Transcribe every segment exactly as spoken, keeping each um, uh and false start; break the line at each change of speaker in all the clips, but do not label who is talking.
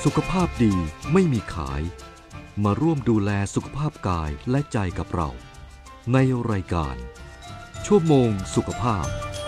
สุขภาพดีไม่มีขายมาร่วมดูแลสุขภาพกายและใจกับเราในรายการชั่วโมงสุขภาพ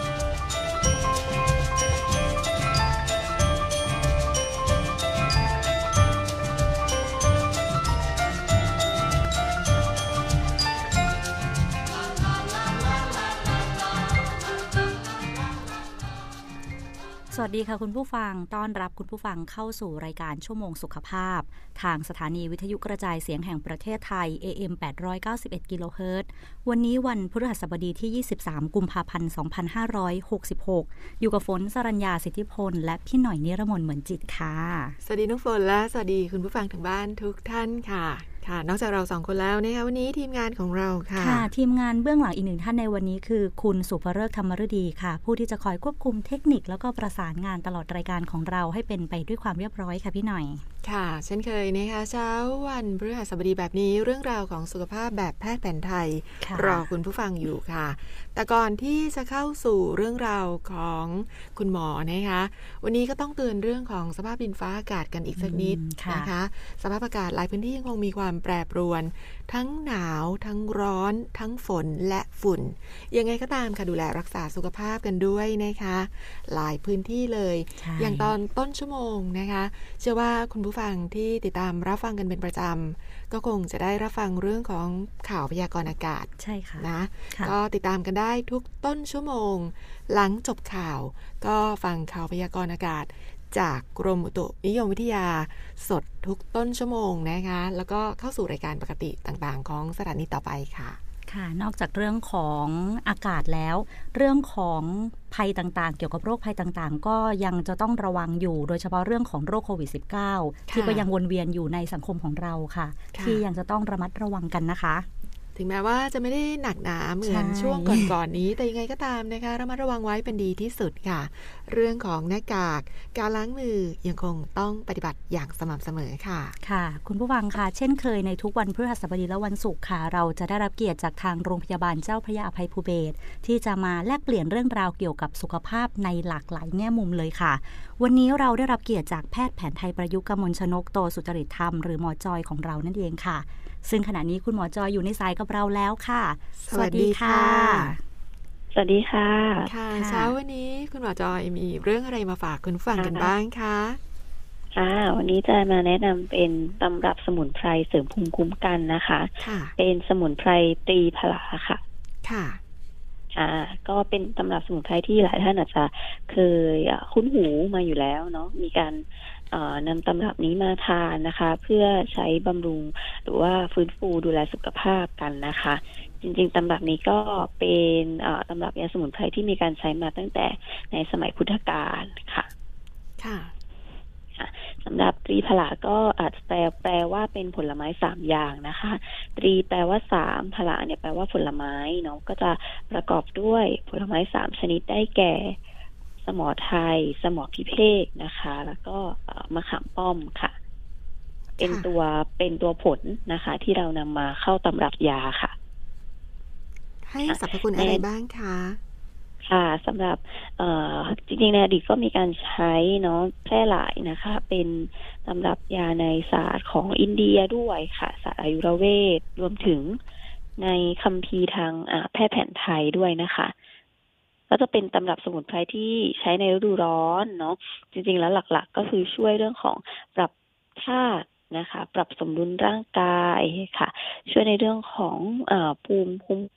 สวัสดีค่ะคุณผู้ฟังต้อนรับคุณผู้ฟังเข้าสู่รายการชั่วโมงสุขภาพทางสถานีวิทยุกระจายเสียงแห่งประเทศไทย เอ เอ็ม แปดร้อยเก้าสิบเอ็ด กิโลเฮิรตซ์ วันนี้วันพฤหัสบดีที่ยี่สิบสามกุมภาพันธ์สองพันห้าร้อยหกสิบหกอยู่กับฝนสรัญญาสิทธิพลและพี่หน่อยนิรมนต์เหมือนจิตค่ะ
สวัสดีน้องฝนและสวัสดีคุณผู้ฟังทางบ้านทุกท่านค่ะค่ะนอกจากเราสองคนแล้วนะคะวันนี้ทีมงานของเราค่ะ
ค่ะทีมงานเบื้องหลังอีกหนึ่งท่านในวันนี้คือคุณสุภฤกษ์ธรรมฤดีค่ะผู้ที่จะคอยควบคุมเทคนิคแล้วก็ประสานงานตลอดรายการของเราให้เป็นไปด้วยความเรียบร้อยค่ะพี่หน่อย
ค่ะเช่นเคยนะคะเช้าวันพฤหัสบดีแบบนี้เรื่องราวของสุขภาพแบบแพทย์แผนไทยรอคุณผู้ฟังอยู่ค่ะแต่ก่อนที่จะเข้าสู่เรื่องราวของคุณหมอนะคะวันนี้ก็ต้องเตือนเรื่องของสภาพดินฟ้าอากาศกันอีกสักนิดนะคะสภาพอากาศหลายพื้นที่ยังคงมีความแปรปรวนทั้งหนาวทั้งร้อนทั้งฝนและฝุ่นยังไงก็ตามค่ะดูแลรักษาสุขภาพกันด้วยนะคะหลายพื้นที่เลยอย่างตอนต้นชั่วโมงนะคะเชื่อว่าคุณผู้ฟังที่ติดตามรับฟังกันเป็นประจำก็คงจะได้รับฟังเรื่องของข่าวพยากรณ์อากาศ
ใช่ค่ะ
นะก็ติดตามกันได้ทุกต้นชั่วโมงหลังจบข่าวก็ฟังข่าวพยากรณ์อากาศจากกรมอุตุนิยมวิทยาสดทุกต้นชั่วโมงนะคะแล้วก็เข้าสู่รายการปกติต่างๆของสถานีต่อไปค่ะ
ค่ะนอกจากเรื่องของอากาศแล้วเรื่องของภัยต่างๆเกี่ยวกับโรคภัยต่างๆก็ยังจะต้องระวังอยู่โดยเฉพาะเรื่องของโรคโควิด สิบเก้า ที่ก็ยังวนเวียนอยู่ในสังคมของเราค่ะที่ยังจะต้องระมัดระวังกันนะคะ
ถึงแม้ว่าจะไม่ได้หนักหนาเหมือนช่วงก่อนๆ นี้แต่ยังไงก็ตามนะคะระมัดระวังไว้เป็นดีที่สุดค่ะเรื่องของหน้ากากการล้างมือยังคงต้องปฏิบัติอย่างสม่ำเสมอค่ะ
ค่ะคุณผู้ฟังค่ะเช่นเคยในทุกวันพฤหัสบดีและวันศุกร์ค่ะเราจะได้รับเกียรติจากทางโรงพยาบาลเจ้าพระยาอภัยภูเบศรที่จะมาแลกเปลี่ยนเรื่องราวเกี่ยวกับสุขภาพในหลากหลายแง่มุมเลยค่ะวันนี้เราได้รับเกียรติจากแพทย์แผนไทยประยุกต์กมลชนกโตสุจริตธรรมหรือหมอจอยของเรานั่นเองค่ะซึ่งขณะนี้คุณหมอจอยอยู่ในสายกับเราแล้วค่ะ
สวัสดีค่ะ
สวัสดีค่ะ
ค่ะเช้าวันนี้คุณหมอจอยมีเรื่องอะไรมาฝากคุณฟังกันบ้างคะ
ค่ะวันนี้จะมาแนะนำเป็นตำรับสมุนไพรเสริมภูมิคุ้มกันนะคะเป็นสมุนไพรตรีพลาค่ะ
ค่ะ
อ่าก็เป็นตำรับสมุนไพรที่หลายท่านอาจจะเคยคุ้นหูมาอยู่แล้วเนาะมีการนำตำรับนี้มาทานนะคะเพื่อใช้บำรุงหรือว่าฟื้นฟูดูแลสุขภาพกันนะคะจริงๆตำรับนี้ก็เป็นตำรับยาสมุนไพรที่มีการใช้มาตั้งแต่ในสมัยพุทธกาลค่ะ
ค่ะ
สำหรับตรีพลาก็อาจจะแปลแปลว่าเป็นผลไม้สามอย่างนะคะตรีแปลว่าสามพลาเนี่ยแปลว่าผลไม้เนาะก็จะประกอบด้วยผลไม้สามชนิดได้แก่สมอไทยสมอพิเภกนะคะแล้วก็มะขามป้อมค่ะเป็นตัวเป็นตัวผลนะคะที่เรานำมาเข้าตำรับยาค่ะ
ให้สรรพคุณอะไรบ้างคะ
ค่ะสำหรับจริงๆในอดีตก็มีการใช้เนาะแพร่หลายนะคะเป็นตำรับยาในศาสตร์ของอินเดียด้วยค่ะศาสตร์อายุรเวทรวมถึงในคัมภีร์ทางแพทย์แผนไทยด้วยนะคะก็จะเป็นตำรับสมุนไพรที่ใช้ในฤดูร้อนเนาะจริงๆแล้วหลักๆก็คือช่วยเรื่องของปรับธาตุนะคะปรับสมดุลร่างกายค่ะช่วยในเรื่องของอ่าภูมิคุ้ม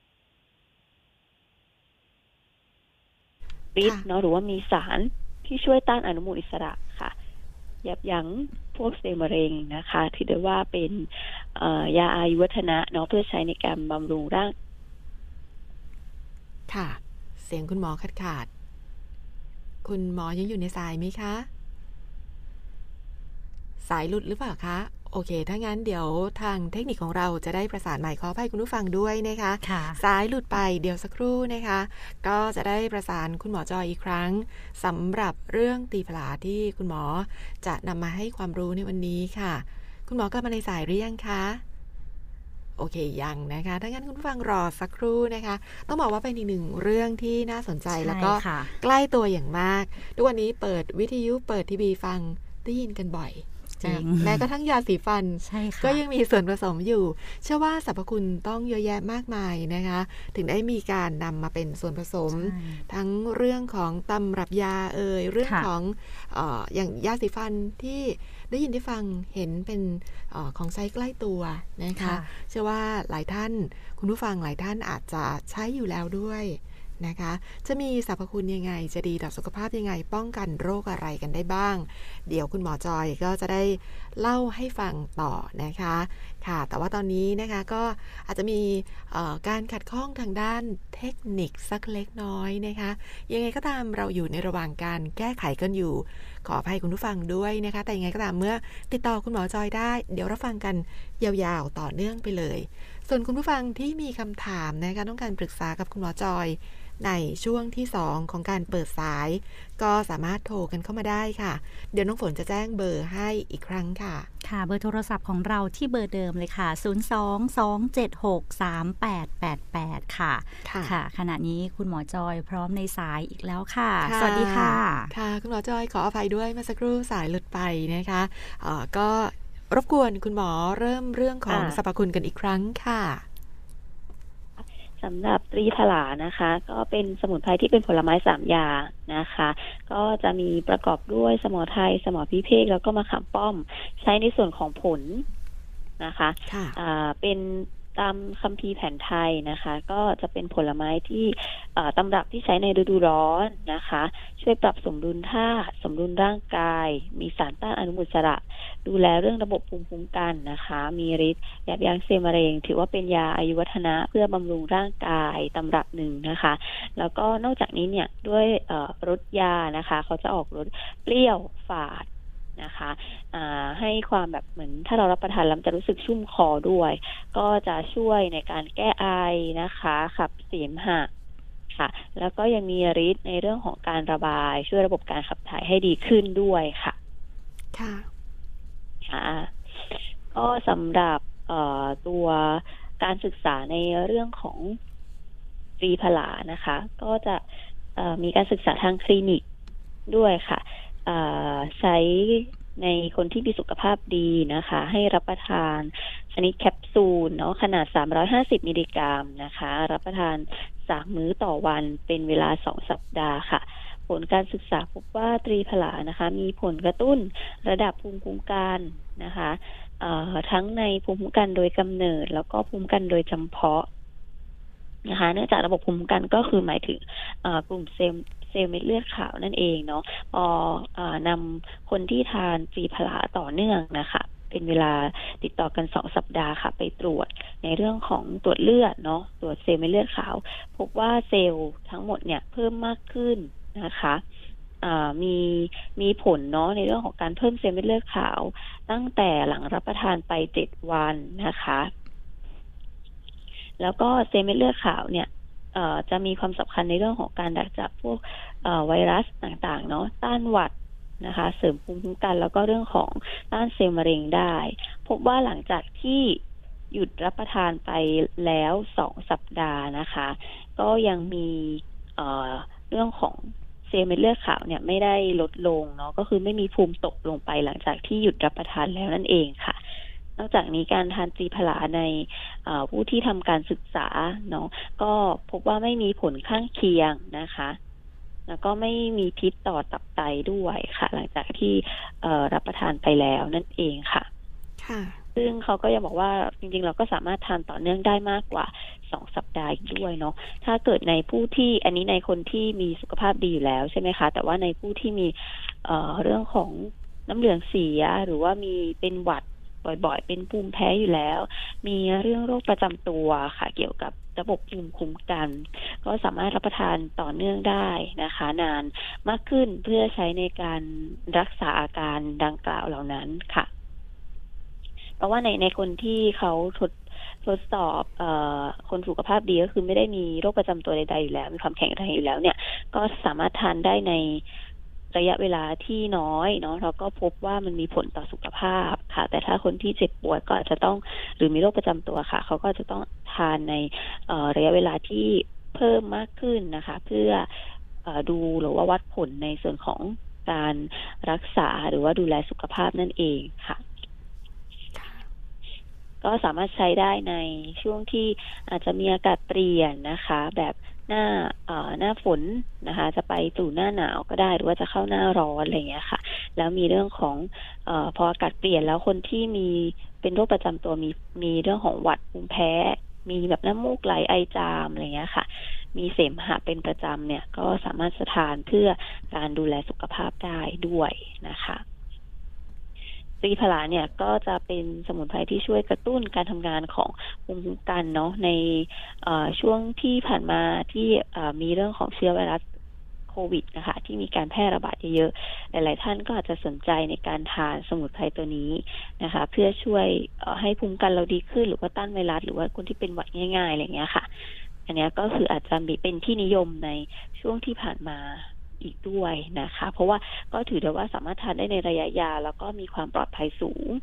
ฤทธิ์เนาะหรือว่ามีสารที่ช่วยต้านอนุมูลอิสระค่ะยับยั้งพวกเซลล์มะเร็งนะคะถือได้ว่าเป็นยาอายุวัฒนะเนาะเพื่อใช้ในการบำรุงร่าง
ค่ะเสียงคุณหมอขาดขาดคุณหมอยังอยู่ในสายไหมคะสายหลุดหรือเปล่าคะโอเคถ้างั้นเดี๋ยวทางเทคนิคของเราจะได้ประสานใหม่ขออภัยคุณผู้ฟังด้วยนะคะสายหลุดไปเดี๋ยวสักครู่นะคะก็จะได้ประสานคุณหมอจอยอีกครั้งสำหรับเรื่องตีผลาที่คุณหมอจะนำมาให้ความรู้ในวันนี้ค่ะคุณหมอกลับมาในสายหรือยังคะโอเคยังนะคะถ้างั้นคุณผู้ฟังรอสักครู่นะคะต้องบอกว่าเป็นอีกหนึ่งเรื่องที่น่าสนใจแล้วก็ใกล้ตัวอย่างมากทุกวันนี้เปิดวิทยุเปิดทีวีฟังได้ยินกันบ่อย
จริง
แม้กระทั่งยาสีฟันก็ยังมีส่วนผสมอยู่เชื่อว่าสรรพคุณต้องเยอะแยะมากมายนะคะถึงได้มีการนำมาเป็นส่วนผสมทั้งเรื่องของตำรับยาเอ่ยเรื่องของเอ่ออย่างยาสีฟันที่ได้ยินได้ฟังเห็นเป็นเอ่อของใช้ใกล้ตัวนะคะเชื่อว่าหลายท่านคุณผู้ฟังหลายท่านอาจจะใช้อยู่แล้วด้วยนะคะจะมีสรรพคุณยังไงจะดีต่อสุขภาพยังไงป้องกันโรคอะไรกันได้บ้างเดี๋ยวคุณหมอจอยก็จะได้เล่าให้ฟังต่อนะคะค่ะแต่ว่าตอนนี้นะคะก็อาจจะมีการขัดข้องทางด้านเทคนิคสักเล็กน้อยนะคะยังไงก็ตามเราอยู่ในระหว่างการแก้ไขกันอยู่ขออภัยคุณผู้ฟังด้วยนะคะแต่ยังไงก็ตามเมื่อติดต่อคุณหมอจอยได้เดี๋ยวเราฟังกันยาวๆต่อเนื่องไปเลยส่วนคุณผู้ฟังที่มีคำถามนะคะต้องการปรึกษากับคุณหมอจอยในช่วงที่สองของการเปิดสายก็สามารถโทรกันเข้ามาได้ค่ะเดี๋ยวน้องฝนจะแจ้งเบอร์ให้อีกครั้งค่ะ
ค่ะเบอร์โทรศัพท์ของเราที่เบอร์เดิมเลยค่ะศูนย์ สอง สอง เจ็ด หก สาม แปด แปด แปดค่ะค่ะขณะนี้คุณหมอจอยพร้อมในสายอีกแล้วค่ะสวัสดีค่ะ
ค่ะคุณหมอจอยขออภัยด้วยเมื่อสักครู่สายหลุดไปนะคะเอ่อก็รบกวนคุณหมอเริ่มเรื่องของสรรพคุณกันอีกครั้งค่ะ
สำหรับตรีผลานะคะก็เป็นสมุนไพรที่เป็นผลไม้สามอย่างนะคะก็จะมีประกอบด้วยสมอไทยสมอพิเภกแล้วก็มะขามป้อมใช้ในส่วนของผลนะคะอ่าเป็นตามคัมภีร์แผนไทยนะคะก็จะเป็นผลไม้ที่ตำรับที่ใช้ในฤดูร้อนนะคะช่วยปรับสมดุลธาตุสมดุลร่างกายมีสารต้านอนุมูลอิสระดูแลเรื่องระบบภูมิคุ้มกันนะคะมีฤทธิ์ยับยั้งเซลล์มะเร็งถือว่าเป็นยาอายุวัฒนะเพื่อบำรุงร่างกายตำรับหนึ่งนะคะแล้วก็นอกจากนี้เนี่ยด้วยรสยานะคะเขาจะออกรสเปรี้ยวฝาดนะคะให้ความแบบเหมือนถ้าเรารับประทานแล้วจะรู้สึกชุ่มคอด้วยก็จะช่วยในการแก้ไอนะคะขับเสมหะค่ะแล้วก็ยังมีฤทธิ์ในเรื่องของการระบายช่วยระบบการขับถ่ายให้ดีขึ้นด้วยค่ะ
ค่ะ
ค่ะก็สำหรับตัวการศึกษาในเรื่องของตรีผลานะคะก็จะมีการศึกษาทางคลินิกด้วยค่ะใช้ในคนที่มีสุขภาพดีนะคะให้รับประทานชนิดแคปซูลเนาะขนาดสามร้อยห้าสิบมิลลิกรัมนะคะรับประทานสามมื้อต่อวันเป็นเวลาสองสัปดาห์ค่ะผลการศึกษาพบว่าตรีผลานะคะมีผลกระตุ้นระดับภูมิคุ้มกันนะคะทั้งในภูมิคุ้มกันโดยกำเนิดแล้วก็ภูมิคุ้มกันโดยจำเพาะนะคะเนื่องจากระบบภูมิคุ้มกันก็คือหมายถึงกลุ่มเซลล์เซลล์เม็ดเลือดขาวนั่นเองเนาะพอนำคนที่ทานตรีผลาต่อเนื่องนะคะเป็นเวลาติดต่อกันสองสัปดาห์ค่ะไปตรวจในเรื่องของตรวจเลือดเนาะตรวจเซลล์เม็ดเลือดขาวพบว่าเซลล์ทั้งหมดเนี่ยเพิ่มมากขึ้นนะคะมีมีผลเนาะในเรื่องของการเพิ่มเซลล์เม็ดเลือดขาวตั้งแต่หลังรับประทานไปเจ็ดวันนะคะแล้วก็เซลล์เม็ดเลือดขาวเนี่ยจะมีความสำคัญในเรื่องของการดักจับพวกไวรัสต่างๆเนาะต้านหวัดนะคะเสริมภูมิคุ้มกันแล้วก็เรื่องของต้านเซลล์มะเร็งได้พบว่าหลังจากที่หยุดรับประทานไปแล้วสองสัปดาห์นะคะก็ยังมีเอ่อเรื่องของเซลล์เม็ดเลือดขาวเนี่ยไม่ได้ลดลงเนาะก็คือไม่มีภูมิตกลงไปหลังจากที่หยุดรับประทานแล้วนั่นเองค่ะนอกจากนี้การทานตรีผลาในผู้ที่ทำการศึกษาเนาะก็พบว่าไม่มีผลข้างเคียงนะคะแล้วก็ไม่มีพิษต่อตับไตด้วยค่ะหลังจากที่รับประทานไปแล้วนั่นเองค่ะ
ค่ะ
ซึ่งเขาก็ยังบอกว่าจริงๆเราก็สามารถทานต่อเนื่องได้มากกว่าสองสัปดาห์ด้วยเนาะถ้าเกิดในผู้ที่อันนี้ในคนที่มีสุขภาพดีอยู่แล้วใช่ไหมคะแต่ว่าในผู้ที่มีเอ่อเรื่องของน้ำเหลืองเสียหรือว่ามีเป็นหวัดบ่อยๆเป็นภูมิแพ้อยู่แล้วมีเรื่องโรคประจำตัวค่ะเกี่ยวกับระบบภูมิคุ้มกันก็สามารถรับประทานต่อเนื่องได้นะคะนานมากขึ้นเพื่อใช้ในการรักษาอาการดังกล่าวเหล่านั้นค่ะเพราะว่าในในคนที่เขาทดทดสอบเอ่อคนสุขภาพดีก็คือไม่ได้มีโรคประจำตัวใดๆอยู่แล้วมีความแข็งแรงอยู่แล้วเนี่ยก็สามารถทานได้ในระยะเวลาที่น้อยเนาะเราก็พบว่ามันมีผลต่อสุขภาพค่ะแต่ถ้าคนที่เจ็บป่วยก็อาจจะต้องหรือมีโรคประจำตัวค่ะเขาก็จะต้องทานในระยะเวลาที่เพิ่มมากขึ้นนะคะเพื่อดูหรือว่าวัดผลในส่วนของการรักษาหรือว่าดูแลสุขภาพนั่นเองค่ะก็สามารถใช้ได้ในช่วงที่อาจจะมีอากาศเปลี่ยนนะคะแบบหน้าเอ่อหน้าฝนนะคะจะไปสู่หน้าหนาวก็ได้หรือว่าจะเข้าหน้าร้อนอะไรอย่างเงี้ยค่ะแล้วมีเรื่องของเอ่อพออากาศเปลี่ยนแล้วคนที่มีเป็นโรคประจำตัวมีมีเรื่องของหวัดภูมิแพ้มีแบบน้ำมูกไหลไอจามอะไรอย่างเงี้ยค่ะมีเสมหะเป็นประจำเนี่ยก็สามารถทานเพื่อการดูแลสุขภาพได้ด้วยนะคะตรีพลาเนี่ยก็จะเป็นสมุนไพรที่ช่วยกระตุ้นการทำงานของภูมิคุ้มกันเนาะในช่วงที่ผ่านมาที่มีเรื่องของเชื้อไวรัสโควิดนะคะที่มีการแพร่ระบาดเยอะๆหลายๆท่านก็อาจจะสนใจในการทานสมุนไพรตัวนี้นะคะเพื่อช่วยให้ภูมิคุ้มกันเราดีขึ้นหรือว่าต้านไวรัสหรือว่าคนที่เป็นหวัดง่ายๆอะไรอย่างเงี้ยค่ะอันนี้ก็คืออาจจะมีเป็นที่นิยมในช่วงที่ผ่านมาอีกด้วยนะคะเพราะว่าก็ถือได้ว่าสามารถทานได้ในระยะยาวแล้วก็มีความปลอดภัยสูง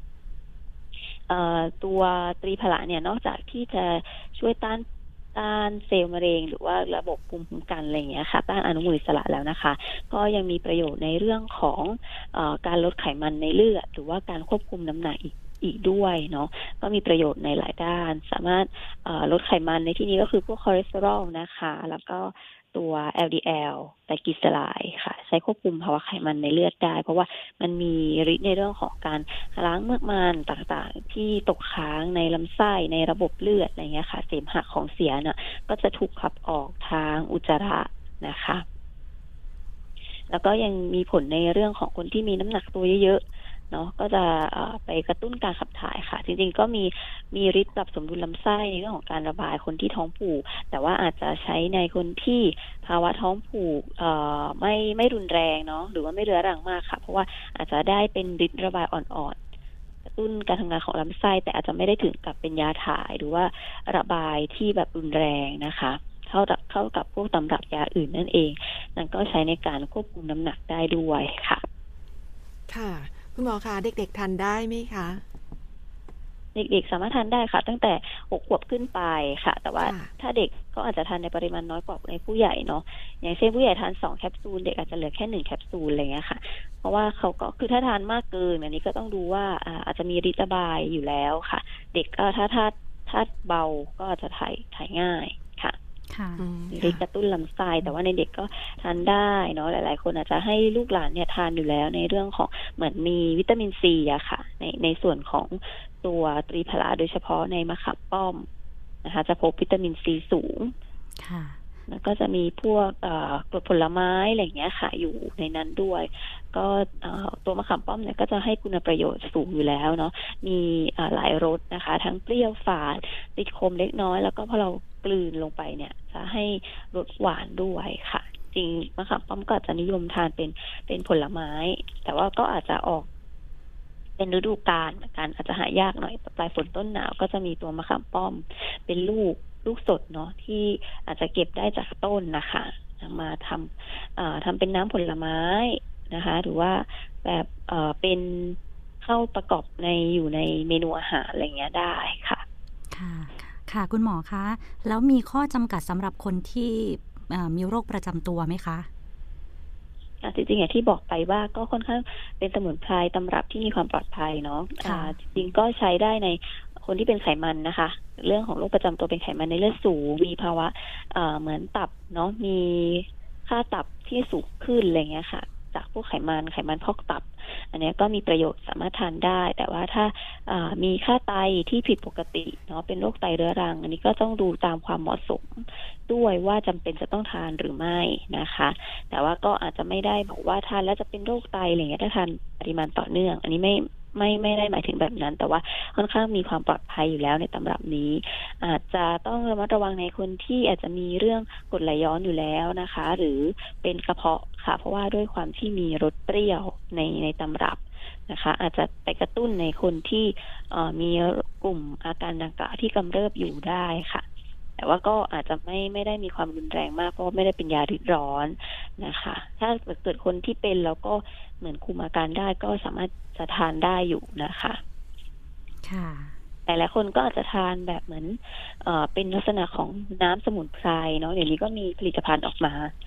ตัวตรีพละเนี่ยนอกจากที่จะช่วยต้านต้านเซลล์มะเร็งหรือว่าระบบภูมิคุ้มกันอะไรอย่างเงี้ยค่ะต้านอนุมูลอิสระแล้วนะคะก็ยังมีประโยชน์ในเรื่องของเอ่อการลดไขมันในเลือดหรือว่าการควบคุมน้ำหนักอีกอีกด้วยเนาะก็มีประโยชน์ในหลายด้านสามารถลดไขมันในที่นี้ก็คือพวกคอเลสเตอรอลนะคะแล้วก็ตัว แอล ดี แอล ไตรกลีเซอไรด์ค่ะใช้ควบคุมภาวะไขมันในเลือดได้เพราะว่ามันมีฤทธิ์ในเรื่องของการล้างเมือกมันต่างๆที่ตกค้างในลำไส้ในระบบเลือดอะไรเงี้ยค่ะเสมหะของเสียน่ะก็จะถูกขับออกทางอุจจาระนะคะแล้วก็ยังมีผลในเรื่องของคนที่มีน้ำหนักตัวเยอะๆเนาะก็จะไปกระตุ้นการขับถ่ายค่ะจริงๆก็มีมีฤทธิ์ปรับสมดุลลำไส้ในเรื่องของการระบายคนที่ท้องผูกแต่ว่าอาจจะใช้ในคนที่ภาวะท้องผูกเอ่อไม่ไม่รุนแรงเนาะหรือว่าไม่เรื้อรังมากค่ะเพราะว่าอาจจะได้เป็นฤทธิ์ระบายอ่อนๆกระตุ้นการทำงานของลำไส้แต่อาจจะไม่ได้ถึงกับเป็นยาถ่ายหรือว่าระบายที่แบบรุนแรงนะคะเข้ากับเข้ากับพวกตำรับยาอื่นนั่นเองนั่นก็ใช้ในการควบคุมน้ำหนักได้ด้วยค่ะ
ค่ะคุณหมอคะเด็กๆทานได้ไหมคะ
เด็กๆสามารถทานได้ค่ะตั้งแต่หกขวบขึ้นไปค่ะแต่ว่าถ้าเด็กก็อาจจะทานในปริมาณน้อยกว่าในผู้ใหญ่เนาะอย่างเช่นผู้ใหญ่ทานสองแคปซูลเด็กอาจจะเหลือแค่หนึ่งแคปซูลอะไรเงี้ยค่ะเพราะว่าเขาก็คือถ้าทานมากเกินอันนี้ก็ต้องดูว่าอาจจะมีฤทธิ์ระบายอยู่แล้วค่ะเด็กก็ถ้าถ้าถ้าเบาก็อาจจะถ่ายถ่ายง่ายค่ะฤทธิ์กระตุ้นลำไส้แต่ว่าในเด็กก็ทานได้เนาะหลายๆคนอาจจะให้ลูกหลานเนี่ยทานอยู่แล้วในเรื่องของเหมือนมีวิตามินซีอะค่ะในในส่วนของตัวตรีพละโดยเฉพาะในมะขามป้อมนะคะจะพบวิตามินซีสูงค่ะแล้วก็จะมีพวกกรดผลไม้อะไรอย่างเงี้ยค่ะอยู่ในนั้นด้วยก็ตัวมะขามป้อมเนี่ยก็จะให้คุณประโยชน์สูงอยู่แล้วเนาะมีหลายรสนะคะทั้งเปรี้ยวฝาดติดคมเล็กน้อยแล้วก็พอเรากลืนลงไปเนี่ยจะให้รสหวานด้วยค่ะจริงมะขามป้อมก็จะนิยมทานเป็นเป็นผลไม้แต่ว่าก็อาจจะออกเป็นฤดูกาลเหมือนกันอาจจะหายากหน่อยปลายฝนต้นหนาวก็จะมีตัวมะขามป้อมเป็นลูกลูกสดเนาะที่อาจจะเก็บได้จากต้นนะคะมาทำทำเป็นน้ำผลไม้นะคะหรือว่าแบบเอ่อเป็นเข้าประกอบในอยู่ในเมนูอาหารอะไรเงี้ยได้ค่ะ
ค่ะค่ะคุณหมอคะแล้วมีข้อจำกัดสำหรับคนที่มีโรคประจำตัวไหมคะ
จริงๆอย่างที่บอกไปว่าก็ค่อนข้างเป็นสมุนไพรตำรับที่มีความปลอดภัยเนาะจริงๆก็ใช้ได้ในคนที่เป็นไขมันนะคะเรื่องของโรคประจำตัวเป็นไขมันในเลือดสูงมีภาวะเหมือนตับเนาะมีค่าตับที่สูงขึ้นอะไรเงี้ยค่ะจากพวกไขมันไขมันพอกตับอันนี้ก็มีประโยชน์สามารถทานได้แต่ว่าถ้ามีค่าไตที่ผิดปกติเนาะเป็นโรคไตเรื้อรังอันนี้ก็ต้องดูตามความเหมาะสมด้วยว่าจำเป็นจะต้องทานหรือไม่นะคะแต่ว่าก็อาจจะไม่ได้บอกว่าทานแล้วจะเป็นโรคไตอะไรเงี้ยถ้าทานปริมาณต่อเนื่องอันนี้ไม่ไม่ไม่ได้หมายถึงแบบนั้นแต่ว่าค่อนข้างมีความปลอดภัยอยู่แล้วในตำรับนี้อาจจะต้องระมัดระวังในคนที่อาจจะมีเรื่องกรดไหลย้อนอยู่แล้วนะคะหรือเป็นกระเพาะค่ะเพราะว่าด้วยความที่มีรสเปรี้ยวในในตำรับนะคะอาจจะไปกระตุ้นในคนที่มีกลุ่มอาการดังกล่าวที่กำเริบอยู่ได้ค่ะแต่ว่าก็อาจจะไม่ไม่ได้มีความรุนแรงมากเพราะไม่ได้เป็นยาฤทธิ์ร้อนนะคะถ้าเกิดคนที่เป็นแล้วก็เหมือนคุมอาการได้ก็สามารถจะทานได้อยู่นะคะค่ะแต่หลายคนก็อาจจะทานแบบเหมือนเอ่อเป็นลักษณะของน้ำสมุนไพรเนาะเดี๋ยวนี้ก็มีผลิตภัณฑ์ออกมา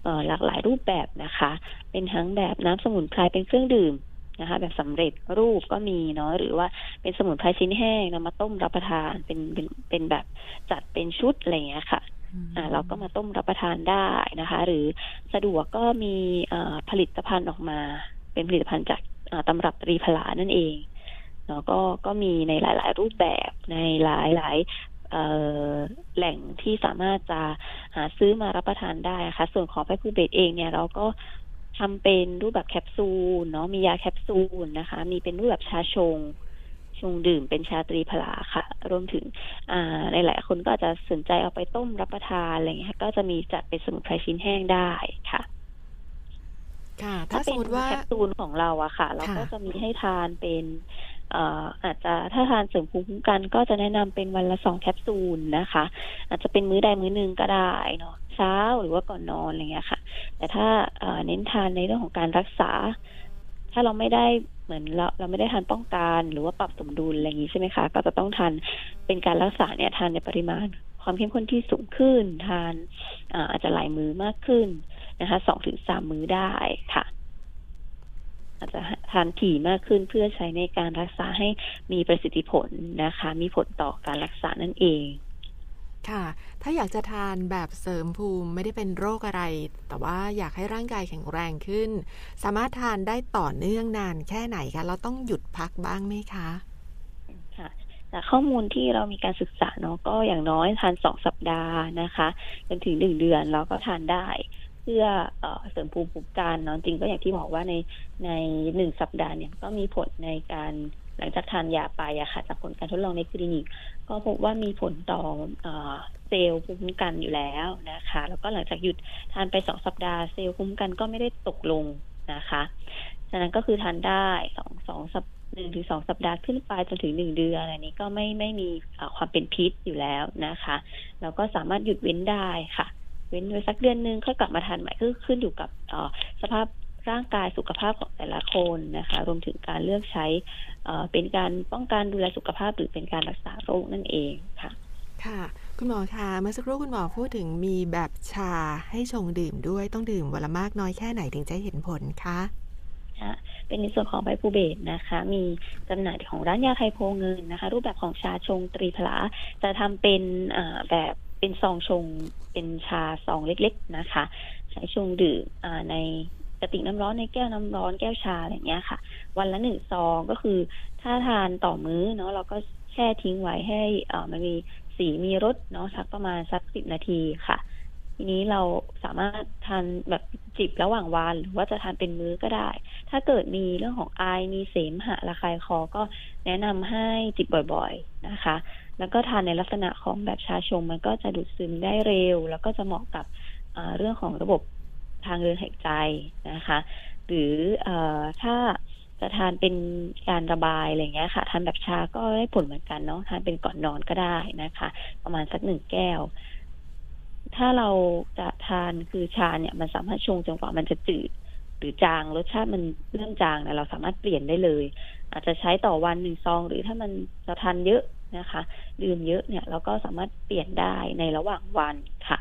หลากหลายรูปแบบนะคะเป็นทั้งแบบน้ำสมุนไพรเป็นเครื่องดื่มนะคะแบบสำเร็จรูปก็มีเนาะหรือว่าเป็นสมุนไพรชิ้นแห้งนำมาต้มรับประทานเป็นเป็นเป็นแบบจัดเป็นชุดอะไรอย่างเงี้ยค่ะอ่าเราก็มาต้มรับประทานได้นะคะหรือสะดวกก็มีผลิตภัณฑ์ออกมาเป็นผลิตภัณฑ์จากตำรับตรีพลานั่นเองเนาะก็ก็มีในหลายๆรูปแบบในหลายๆแหล่งที่สามารถจะหาซื้อมารับประทานได้ค่ะส่วนของไพภูเบศเองเนี่ยเราก็ทำเป็นรูปแบบแคปซูลเนาะมียาแคปซูลนะคะมีเป็นรูปแบบชาชงชงดื่มเป็นชาตรีพลาค่ะรวมถึงในหลายคนก็อาจจะสนใจเอาไปต้มรับประทานอะไรเงี้ยก็จะมีจัดเป็นสมุนไพรชิ้นแห้งได้ค่ะ
ค่ะถ้าสมมติว่า
แคปซูลของเราอะค่ะเราก็จะมีให้ทานเป็นอาจจะถ้าทานเสริมภูมิคุ้มกันก็จะแนะนำเป็นวันละสองแคปซูลนะคะอาจจะเป็นมื้อใดมื้อหนึ่งก็ได้เนาะเช้าหรือว่าก่อนนอนอะไรเงี้ยค่ะแต่ถ้าเน้นทานในเรื่องของการรักษาถ้าเราไม่ได้เหมือนเราเราไม่ได้ทานป้องกันหรือว่าปรับสมดุลอะไรอย่างนี้ใช่ไหมคะก็จะต้องทานเป็นการรักษาเนี่ยทานในปริมาณความเข้มข้นที่สูงขึ้นทานอาจจะหลายมื้อมากขึ้นนะคะสองถึงสามมื้อได้ค่ะอาจจะทานถี่มากขึ้นเพื่อใช้ในการรักษาให้มีประสิทธิผลนะคะมีผลต่อการรักษานั่นเอง
ค่ะถ้าอยากจะทานแบบเสริมภูมิไม่ได้เป็นโรคอะไรแต่ว่าอยากให้ร่างกายแข็งแรงขึ้นสามารถทานได้ต่อเนื่องนานแค่ไหนคะเราต้องหยุดพักบ้างไหมคะ
ค่ะจากข้อมูลที่เรามีการศึกษาเนาะก็อย่างน้อยทานสองสัปดาห์นะคะจนถึงหนึ่งเดือนเราก็ทานได้เพื่อเสริมภูมิคุ้มกันเนาะจริงก็อย่างที่บอกว่าในในหนึ่งสัปดาห์เนี่ยก็มีผลในการหลังจากทานยาไปอะค่ะจากผลการทดลองในคลินิกก็พบว่ามีผลต่อเซลล์ภูมิคุ้มกันอยู่แล้วนะคะแล้วก็หลังจากหยุดทานไปสองสัปดาห์เซลล์ภูมิคุ้มกันก็ไม่ได้ตกลงนะคะฉะนั้นก็คือทานได้สองสองสัปหนึ่งถึงสองสัปดาห์ขึ้นไปจนถึงหนึ่งเดือนอันนี้ก็ไม่ไม่มีความเป็นพิษอยู่แล้วนะคะแล้วก็สามารถหยุดเว้นได้ค่ะเว้นไว้สักเดือนนึงค่อยกลับมาทานใหม่ก็ขึ้นอยู่กับสภาพร่างกายสุขภาพของแต่ละคนนะคะรวมถึงการเลือกใช้เป็นการป้องกันดูแลสุขภาพหรือเป็นการรักษาโรคนั่นเองค่ะ
ค่ะคุณหมอคะเมื่อสักครู่คุณหมอพูดถึงมีแบบชาให้ชงดื่มด้วยต้องดื่มวันละมากน้อยแค่ไหนถึงจะเห็นผลคะ
เป็นในส่วนของไพภูเบศนะคะมีจำหน่ายของร้านยาไทยโพเงินนะคะรูปแบบของชาชงตรีพลาจะทำเป็นแบบเป็นซองชงเป็นชาซองเล็กๆนะคะใช้ชงดื่มในกระติกน้ำร้อนในแก้วน้ำร้อนแก้วชาอะไรเงี้ยค่ะวันละหนึ่งซองก็คือถ้าทานต่อมื้อเนาะเราก็แช่ทิ้งไว้ให้มันมีสีมีรสเนาะสักประมาณสักสิบนาทีค่ะทีนี้เราสามารถทานแบบจิบระหว่างวันหรือว่าจะทานเป็นมื้อก็ได้ถ้าเกิดมีเรื่องของไอมีเสมหะระคายคอก็แนะนำให้จิบบ่อยๆนะคะแล้วก็ทานในลักษณะของแบบชาชงมันก็จะดูดซึมได้เร็วแล้วก็จะเหมาะกับเรื่องของระบบทางเดินหายใจนะคะหรือเอ่อถ้าจะทานเป็นการระบายอะไรเงี้ยค่ะทานแบบชาก็ได้ผลเหมือนกันเนาะทานเป็นก่อนนอนก็ได้นะคะประมาณสักหนึ่งแก้วถ้าเราจะทานคือชาเนี่ยมันสามารถชงจนกว่ามันจะจืดหรือจางรสชาติมันเริ่มจางนะเราสามารถเปลี่ยนได้เลยอาจจะใช้ต่อวันหนึ่งซองหรือถ้ามันจะทานเยอะนะคะดื่มเยอะเนี่ยเราก็สามารถเปลี่ยนได้ในระหว่างวันค่ะ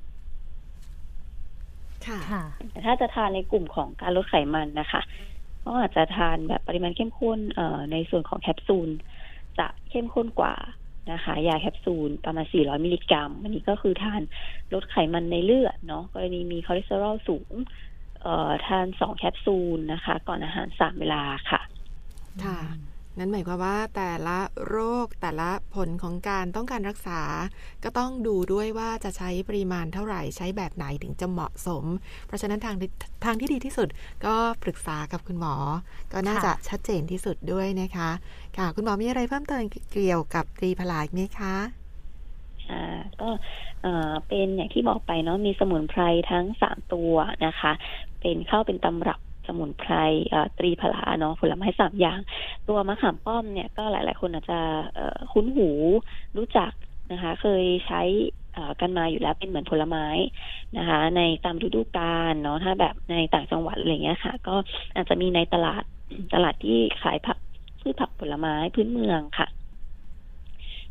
ค่ะ
แต่ถ้าจะทานในกลุ่มของการลดไขมันนะคะก็อาจจะทานแบบปริมาณเข้มข้นในส่วนของแคปซูลจะเข้มข้นกว่านะคะยาแคปซูลประมาณสี่ร้อยมิลลิกรัมอันนี้ก็คือทานลดไขมันในเลือดเนาะกรณีมีคอเลสเตอรอลสูงทานสองแคปซูลนะคะก่อนอาหารสามเวลาค่ะ
ค่ะนั่นหมายความว่าแต่ละโรคแต่ละผลของการต้องการรักษาก็ต้องดูด้วยว่าจะใช้ปริมาณเท่าไหร่ใช้แบบไหนถึงจะเหมาะสมเพราะฉะนั้นทางทางที่ดีที่สุดก็ปรึกษากับคุณหมอก็น่าจะชัดเจนที่สุดด้วยนะคะค่ะคุณหมอมีอะไรเพิ่มเติมเกี่ยวกับตรีพลาไหมคะ
อ่าก็เอ่อเป็นอย่างที่บอกไปเนาะมีสมุนไพรทั้งสามตัวนะคะเป็นเข้าเป็นตำรับสมุนไพรตรีพลาเนาะผลไม้สามอย่างตัวมะขามป้อมเนี่ยก็หลายๆคนอาจจะคุ้นหูรู้จักนะคะเคยใช้กันมาอยู่แล้วเป็นเหมือนผลไม้นะคะในตามฤดูกาลเนาะถ้าแบบในต่างจังหวัดอะไรเงี้ยค่ะก็อาจจะมีในตลาดตลาดที่ขายผักพืชผักผลไม้พื้นเมืองค่ะ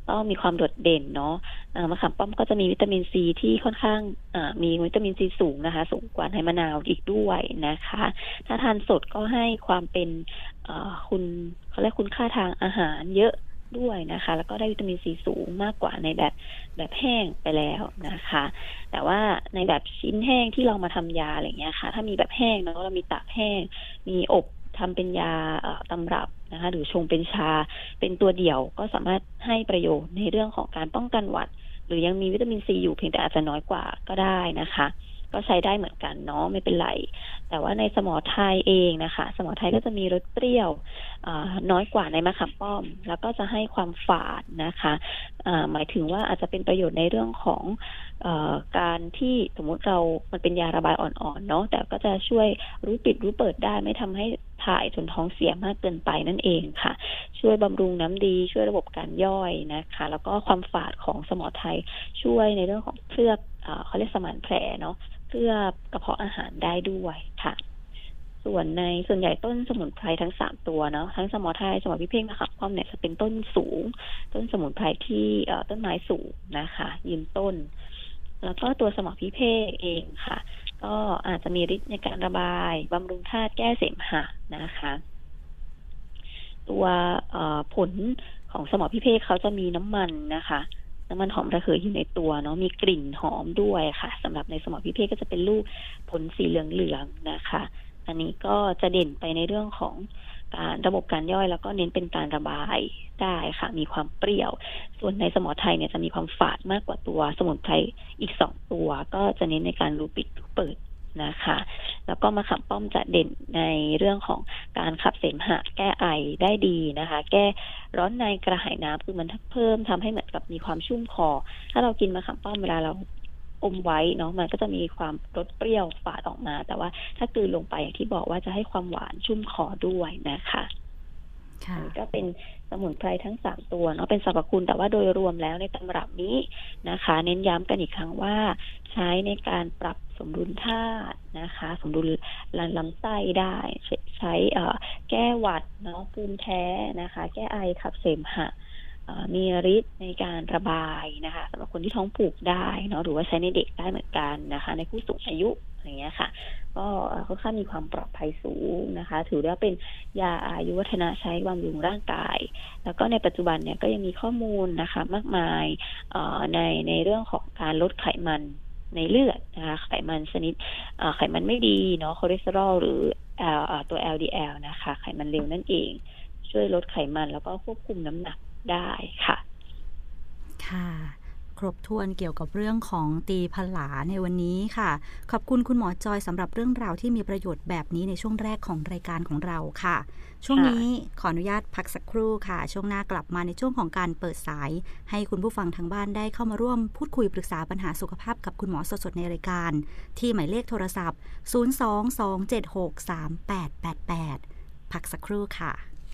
ก็มีความโดดเด่นเนาะมะขามป้อมก็จะมีวิตามินซีที่ค่อนข้างมีวิตามินซีสูงนะคะสูงกว่าในมะนาวอีกด้วยนะคะถ้าทานสดก็ให้ความเป็นคุณเขาเรียกคุณค่าทางอาหารเยอะด้วยนะคะแล้วก็ได้วิตามินซีสูงมากกว่าในแบบแบบแห้งไปแล้วนะคะแต่ว่าในแบบชิ้นแห้งที่เรามาทำยาอะไรเงี้ยค่ะถ้ามีแบบแห้งเนาะเรามีตากแห้งมีอบทำเป็นยาตำรับนะคะหรือชงเป็นชาเป็นตัวเดี่ยวก็สามารถให้ประโยชน์ในเรื่องของการป้องกันหวัดหรือยังมีวิตามินซีอยู่เพียงแต่อาจจะน้อยกว่าก็ได้นะคะก็ใช้ได้เหมือนกันเนาะไม่เป็นไรแต่ว่าในสมอไทยเองนะคะสมอไทยก็จะมีรสเปรี้ยวน้อยกว่าในมะขามป้อมแล้วก็จะให้ความฝาดนะคะหมายถึงว่าอาจจะเป็นประโยชน์ในเรื่องของเอ่อการที่สมมุติเรามันเป็นยาระบายอ่อนๆเนาะแต่ก็จะช่วยรู้ปิดรู้เปิดได้ไม่ทำให้ถ่ายจนท้องเสียมากเกินไปนั่นเองค่ะช่วยบำรุงน้ำดีช่วยระบบการย่อยนะคะแล้วก็ความฝาดของสมอไทยช่วยในเรื่องของเคลือบเอ่อเขาเรียกสมานแผลเนาะเคลือบกระเพาะอาหารได้ด้วยค่ะส่วนในส่วนใหญ่ต้นสมุนไพรทั้งสามตัวเนาะทั้งสมอไทยสมอพิเภกมะขามป้อมเนี่ยจะเป็นต้นสูงต้นสมุนไพรที่เอ่อต้นไม้สูงนะคะยืนต้นแล้วก็ตัวสมอพิเภกเองค่ะก็อาจจะมีฤทธิ์ในการระบายบำรุงธาตุแก้เสมหะนะคะตัวผลของสมอพิเภกเขาจะมีน้ำมันนะคะน้ำมันหอมระเหยอยู่ในตัวเนาะมีกลิ่นหอมด้วยค่ะสำหรับในสมอพิเภกก็จะเป็นลูกผลสีเหลืองๆนะคะอันนี้ก็จะเด่นไปในเรื่องของการระบบการย่อยแล้วก็เน้นเป็นการระบายได้ค่ะมีความเปรี้ยวส่วนในสมอไทยเนี่ยจะมีความฝาดมากกว่าตัวสมุนไพรอีกสองตัวก็จะเน้นในการรูปิดรูเปิดนะคะแล้วก็มะขามป้อมจะเด่นในเรื่องของการขับเสมหะแก้ไอได้ดีนะคะแก้ร้อนในกระหายน้ำคือมันเพิ่มทำให้เหมือนกับมีความชุ่มคอถ้าเรากินมะขามป้อมเวลาเราอมไว้เนาะมันก็จะมีความรสเปรี้ยวฝาดออกมาแต่ว่าถ้ากลืนลงไปอย่างที่บอกว่าจะให้ความหวานชุ่มคอด้วยนะคะก็เป็นสมุนไพรทั้งสามตัวเนาะเป็นสรรพคุณแต่ว่าโดยรวมแล้วในตำรับนี้นะคะเน้นย้ำกันอีกครั้งว่าใช้ในการปรับสมดุลธาตุนะคะสมดุลลำไส้ได้ใช้แก้หวัดเนาะภูมิแพ้นะคะแก้ไอขับเสมหะมีฤทธิ์ในการระบายนะคะสำหรับคนที่ท้องผูกได้เนาะหรือว่าใช้ในเด็กได้เหมือนกันนะคะในผู้สูงอายุอย่างเงี้ยค่ะก็ค่อนข้างมีความปลอดภัยสูงนะคะถือว่าเป็นยาอายุวัฒนะใช้บำรุงร่างกายแล้วก็ในปัจจุบันเนี่ยก็ยังมีข้อมูลนะคะมากมายในในเรื่องของการลดไขมันในเลือดนะคะไขมันชนิดไขมันไม่ดีเนาะคอเลสเตอรอลหรือตัว แอล ดี แอล นะคะไขมันเลวนั่นเองช่วยลดไขมันแล้วก็ควบคุมน้ำหนักได้ค่ะ
ค่ะครบถ้วนเกี่ยวกับเรื่องของตีผลาในวันนี้ค่ะขอบคุณคุณหมอจอยสำหรับเรื่องราวที่มีประโยชน์แบบนี้ในช่วงแรกของรายการของเราค่ะช่วงนี้ขออนุญาตพักสักครู่ค่ะช่วงหน้ากลับมาในช่วงของการเปิดสายให้คุณผู้ฟังทางบ้านได้เข้ามาร่วมพูดคุยปรึกษาปัญหาสุขภาพกับคุณหมอสดๆในรายการที่หมายเลขโทรศัพท์ศูนย์ สอง สอง เจ็ด หก สาม แปด แปด แปดพักสักครู่ค่ะ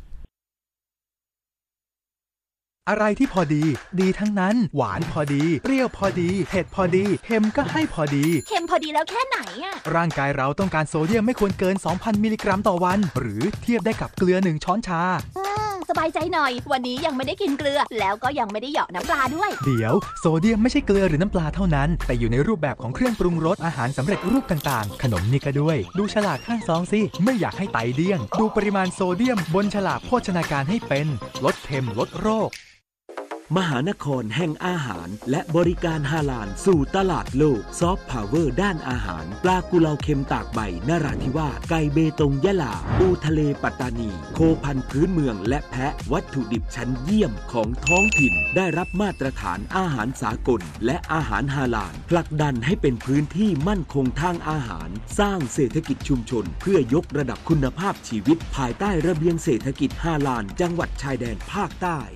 อะไรที่พอดีดีทั้งนั้นหวานพอดีเปรี้ยวพอดีเผ็ดพอดีเค็มก็ให้พอดี
เค็มพอดีแล้วแค่ไหนอะ
ร่างกายเราต้องการโซเดียมไม่ควรเกิน สองพัน มิลลิกรัมต่อวันหรือเทียบได้กับเกลือหนึ่งช้อนชา
สบายใจหน่อยวันนี้ยังไม่ได้กินเกลือแล้วก็ยังไม่ได้เหยาะน้ำปลาด้วย
เดี๋ยวโซเดียมไม่ใช่เกลือหรือน้ำปลาเท่านั้นแต่อยู่ในรูปแบบของเครื่องปรุงรสอาหารสำเร็จรูปต่างๆขนมนี่ก็ด้วยดูฉลากข้างซองสิไม่อยากให้ไตเดี้ยงดูปริมาณโซเดียมบนฉลากโภชนาการให้เป็นลดเค็มลดโรค
มหานครแห่งอาหารและบริการฮาลาลสู่ตลาดโลกซอฟต์พาวเวอร์ด้านอาหารปลากุเลาเค็มตากใบนราธิวาสไก่เบตงยะลาปูทะเลปัตตานีโคพันธุ์พื้นเมืองและแพะวัตถุดิบชั้นเยี่ยมของท้องถิ่นได้รับมาตรฐานอาหารสากลและอาหารฮาลาลผลักดันให้เป็นพื้นที่มั่นคงทางอาหารสร้างเศรษฐกิจชุมชนเพื่อยกระดับคุณภาพชีวิตภายใต้ระเบียงเศรษฐกิจฮาลาลจังหวัดชายแดนภาคใต้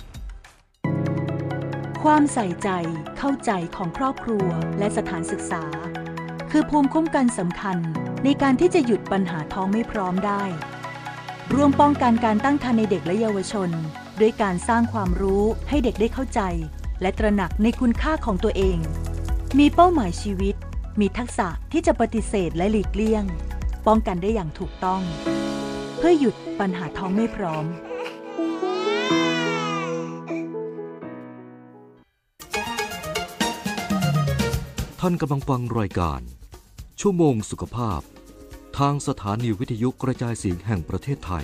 ความใส่ใจเข้าใจของครอบครัวและสถานศึกษาคือภูมิคุ้มกันสำคัญในการที่จะหยุดปัญหาท้องไม่พร้อมได้ร่วมป้องกันการตั้งครรภ์ในเด็กและเยาวชนด้วยการสร้างความรู้ให้เด็กได้เข้าใจและตระหนักในคุณค่าของตัวเองมีเป้าหมายชีวิตมีทักษะที่จะปฏิเสธและหลีกเลี่ยงป้องกันได้อย่างถูกต้องเพื่อหยุดปัญหาท้องไม่พร้อม
ท่านกำลังฟังรายการชั่วโมงสุขภาพทางสถานีวิทยุกระจายเสียงแห่งประเทศไทย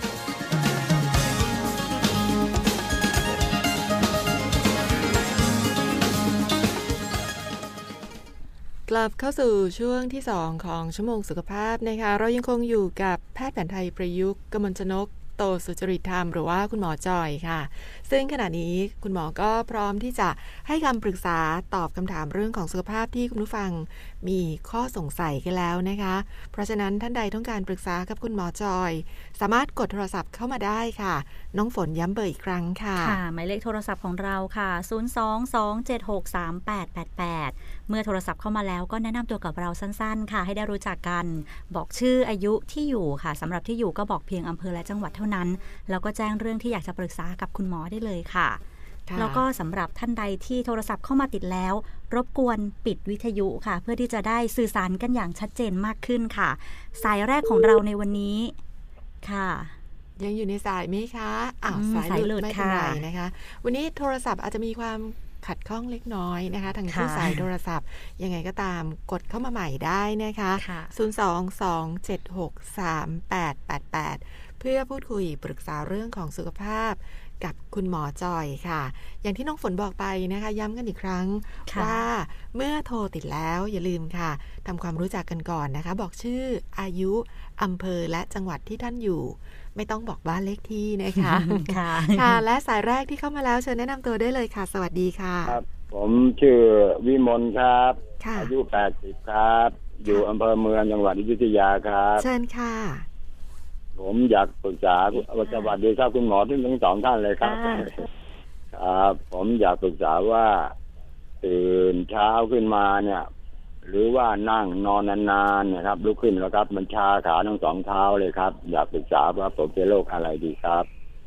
กลับเข้าสู่ช่วงที่สองของชั่วโมงสุขภาพนะคะเรายังคงอยู่กับแพทย์แผนไทยประยุกต์กมลชนกโตสุจริตธรรมหรือว่าคุณหมอจอยค่ะซึ่งขณะนี้คุณหมอก็พร้อมที่จะให้คำปรึกษาตอบคำถามเรื่องของสุขภาพที่คุณผู้ฟังมีข้อสงสัยกันแล้วนะคะเพราะฉะนั้นท่านใดต้องการปรึกษากับคุณหมอจอยสามารถกดโทรศัพท์เข้ามาได้ค่ะน้องฝนย้ำเบอร์อีกครั้งค่ะ
ค่ะหมายเลขโทรศัพท์ของเราค่ะศูนย์ สอง สอง เจ็ด หก สาม แปด แปด แปดเมื่อโทรศัพท์เข้ามาแล้วก็แนะนำตัวกับเราสั้นๆค่ะให้ได้รู้จักกันบอกชื่ออายุที่อยู่ค่ะสำหรับที่อยู่ก็บอกเพียงอำเภอและจังหวัดเท่านั้นแล้วก็แจ้งเรื่องที่อยากจะปรึกษากับคุณหมอได้เลยค่ะแล้วก็สำหรับท่านใดที่โทรศัพท์เข้ามาติดแล้วรบกวนปิดวิทยุค่ะเพื่อที่จะได้สื่อสารกันอย่างชัดเจนมากขึ้นค่ะสายแรกของเราในวันนี้ค่ะ
ยังอยู่ในสายไหมคะอ้าวสายหลุดไม่เป็นไรนะคะวันนี้โทรศัพท์อาจจะมีความขัดข้องเล็กน้อยนะคะทางที่สายโทรศัพท์ยังไงก็ตามกดเข้ามาใหม่ได้นะคะศูนย์ สอง สอง เจ็ด หก สาม แปด แปด แปดเพื่อพูดคุยปรึกษาเรื่องของสุขภาพกับคุณหมอจอยค่ะอย่างที่น้องฝนบอกไปนะคะย้ำกันอีกครั้งว่าเมื่อโทรติดแล้วอย่าลืมค่ะทำความรู้จักกันก่อนนะคะบอกชื่ออายุอำเภอและจังหวัดที่ท่านอยู่ไม่ต้องบอกบ้านเลขที่นะคะค่ะค่ะและสายแรกที่เข้ามาแล้วเชิญแนะนำตัวได้เลยค่ะสวัสดีค่ะ
ครับผมชื่อวิมลครับอายุแปดสิบครับอยู่อำเภอเมืองจังหวัดอยุธยาครับ
เชิญค่ะ
ผมอยากปรึกษาสวัสดีครับคุณหมอทั้งสองท่านเลยครับครับผมอยากปรึกษาว่าตื่นเช้าขึ้นมาเนี่ยหรือว่านั่งนอนนานๆเนี่ยครับลุกขึ้นแล้วครับมันชาขาทั้งสองเท้าเลยครับอยากปรึกษาว่าผมเป็นโรคอะไรดีครับ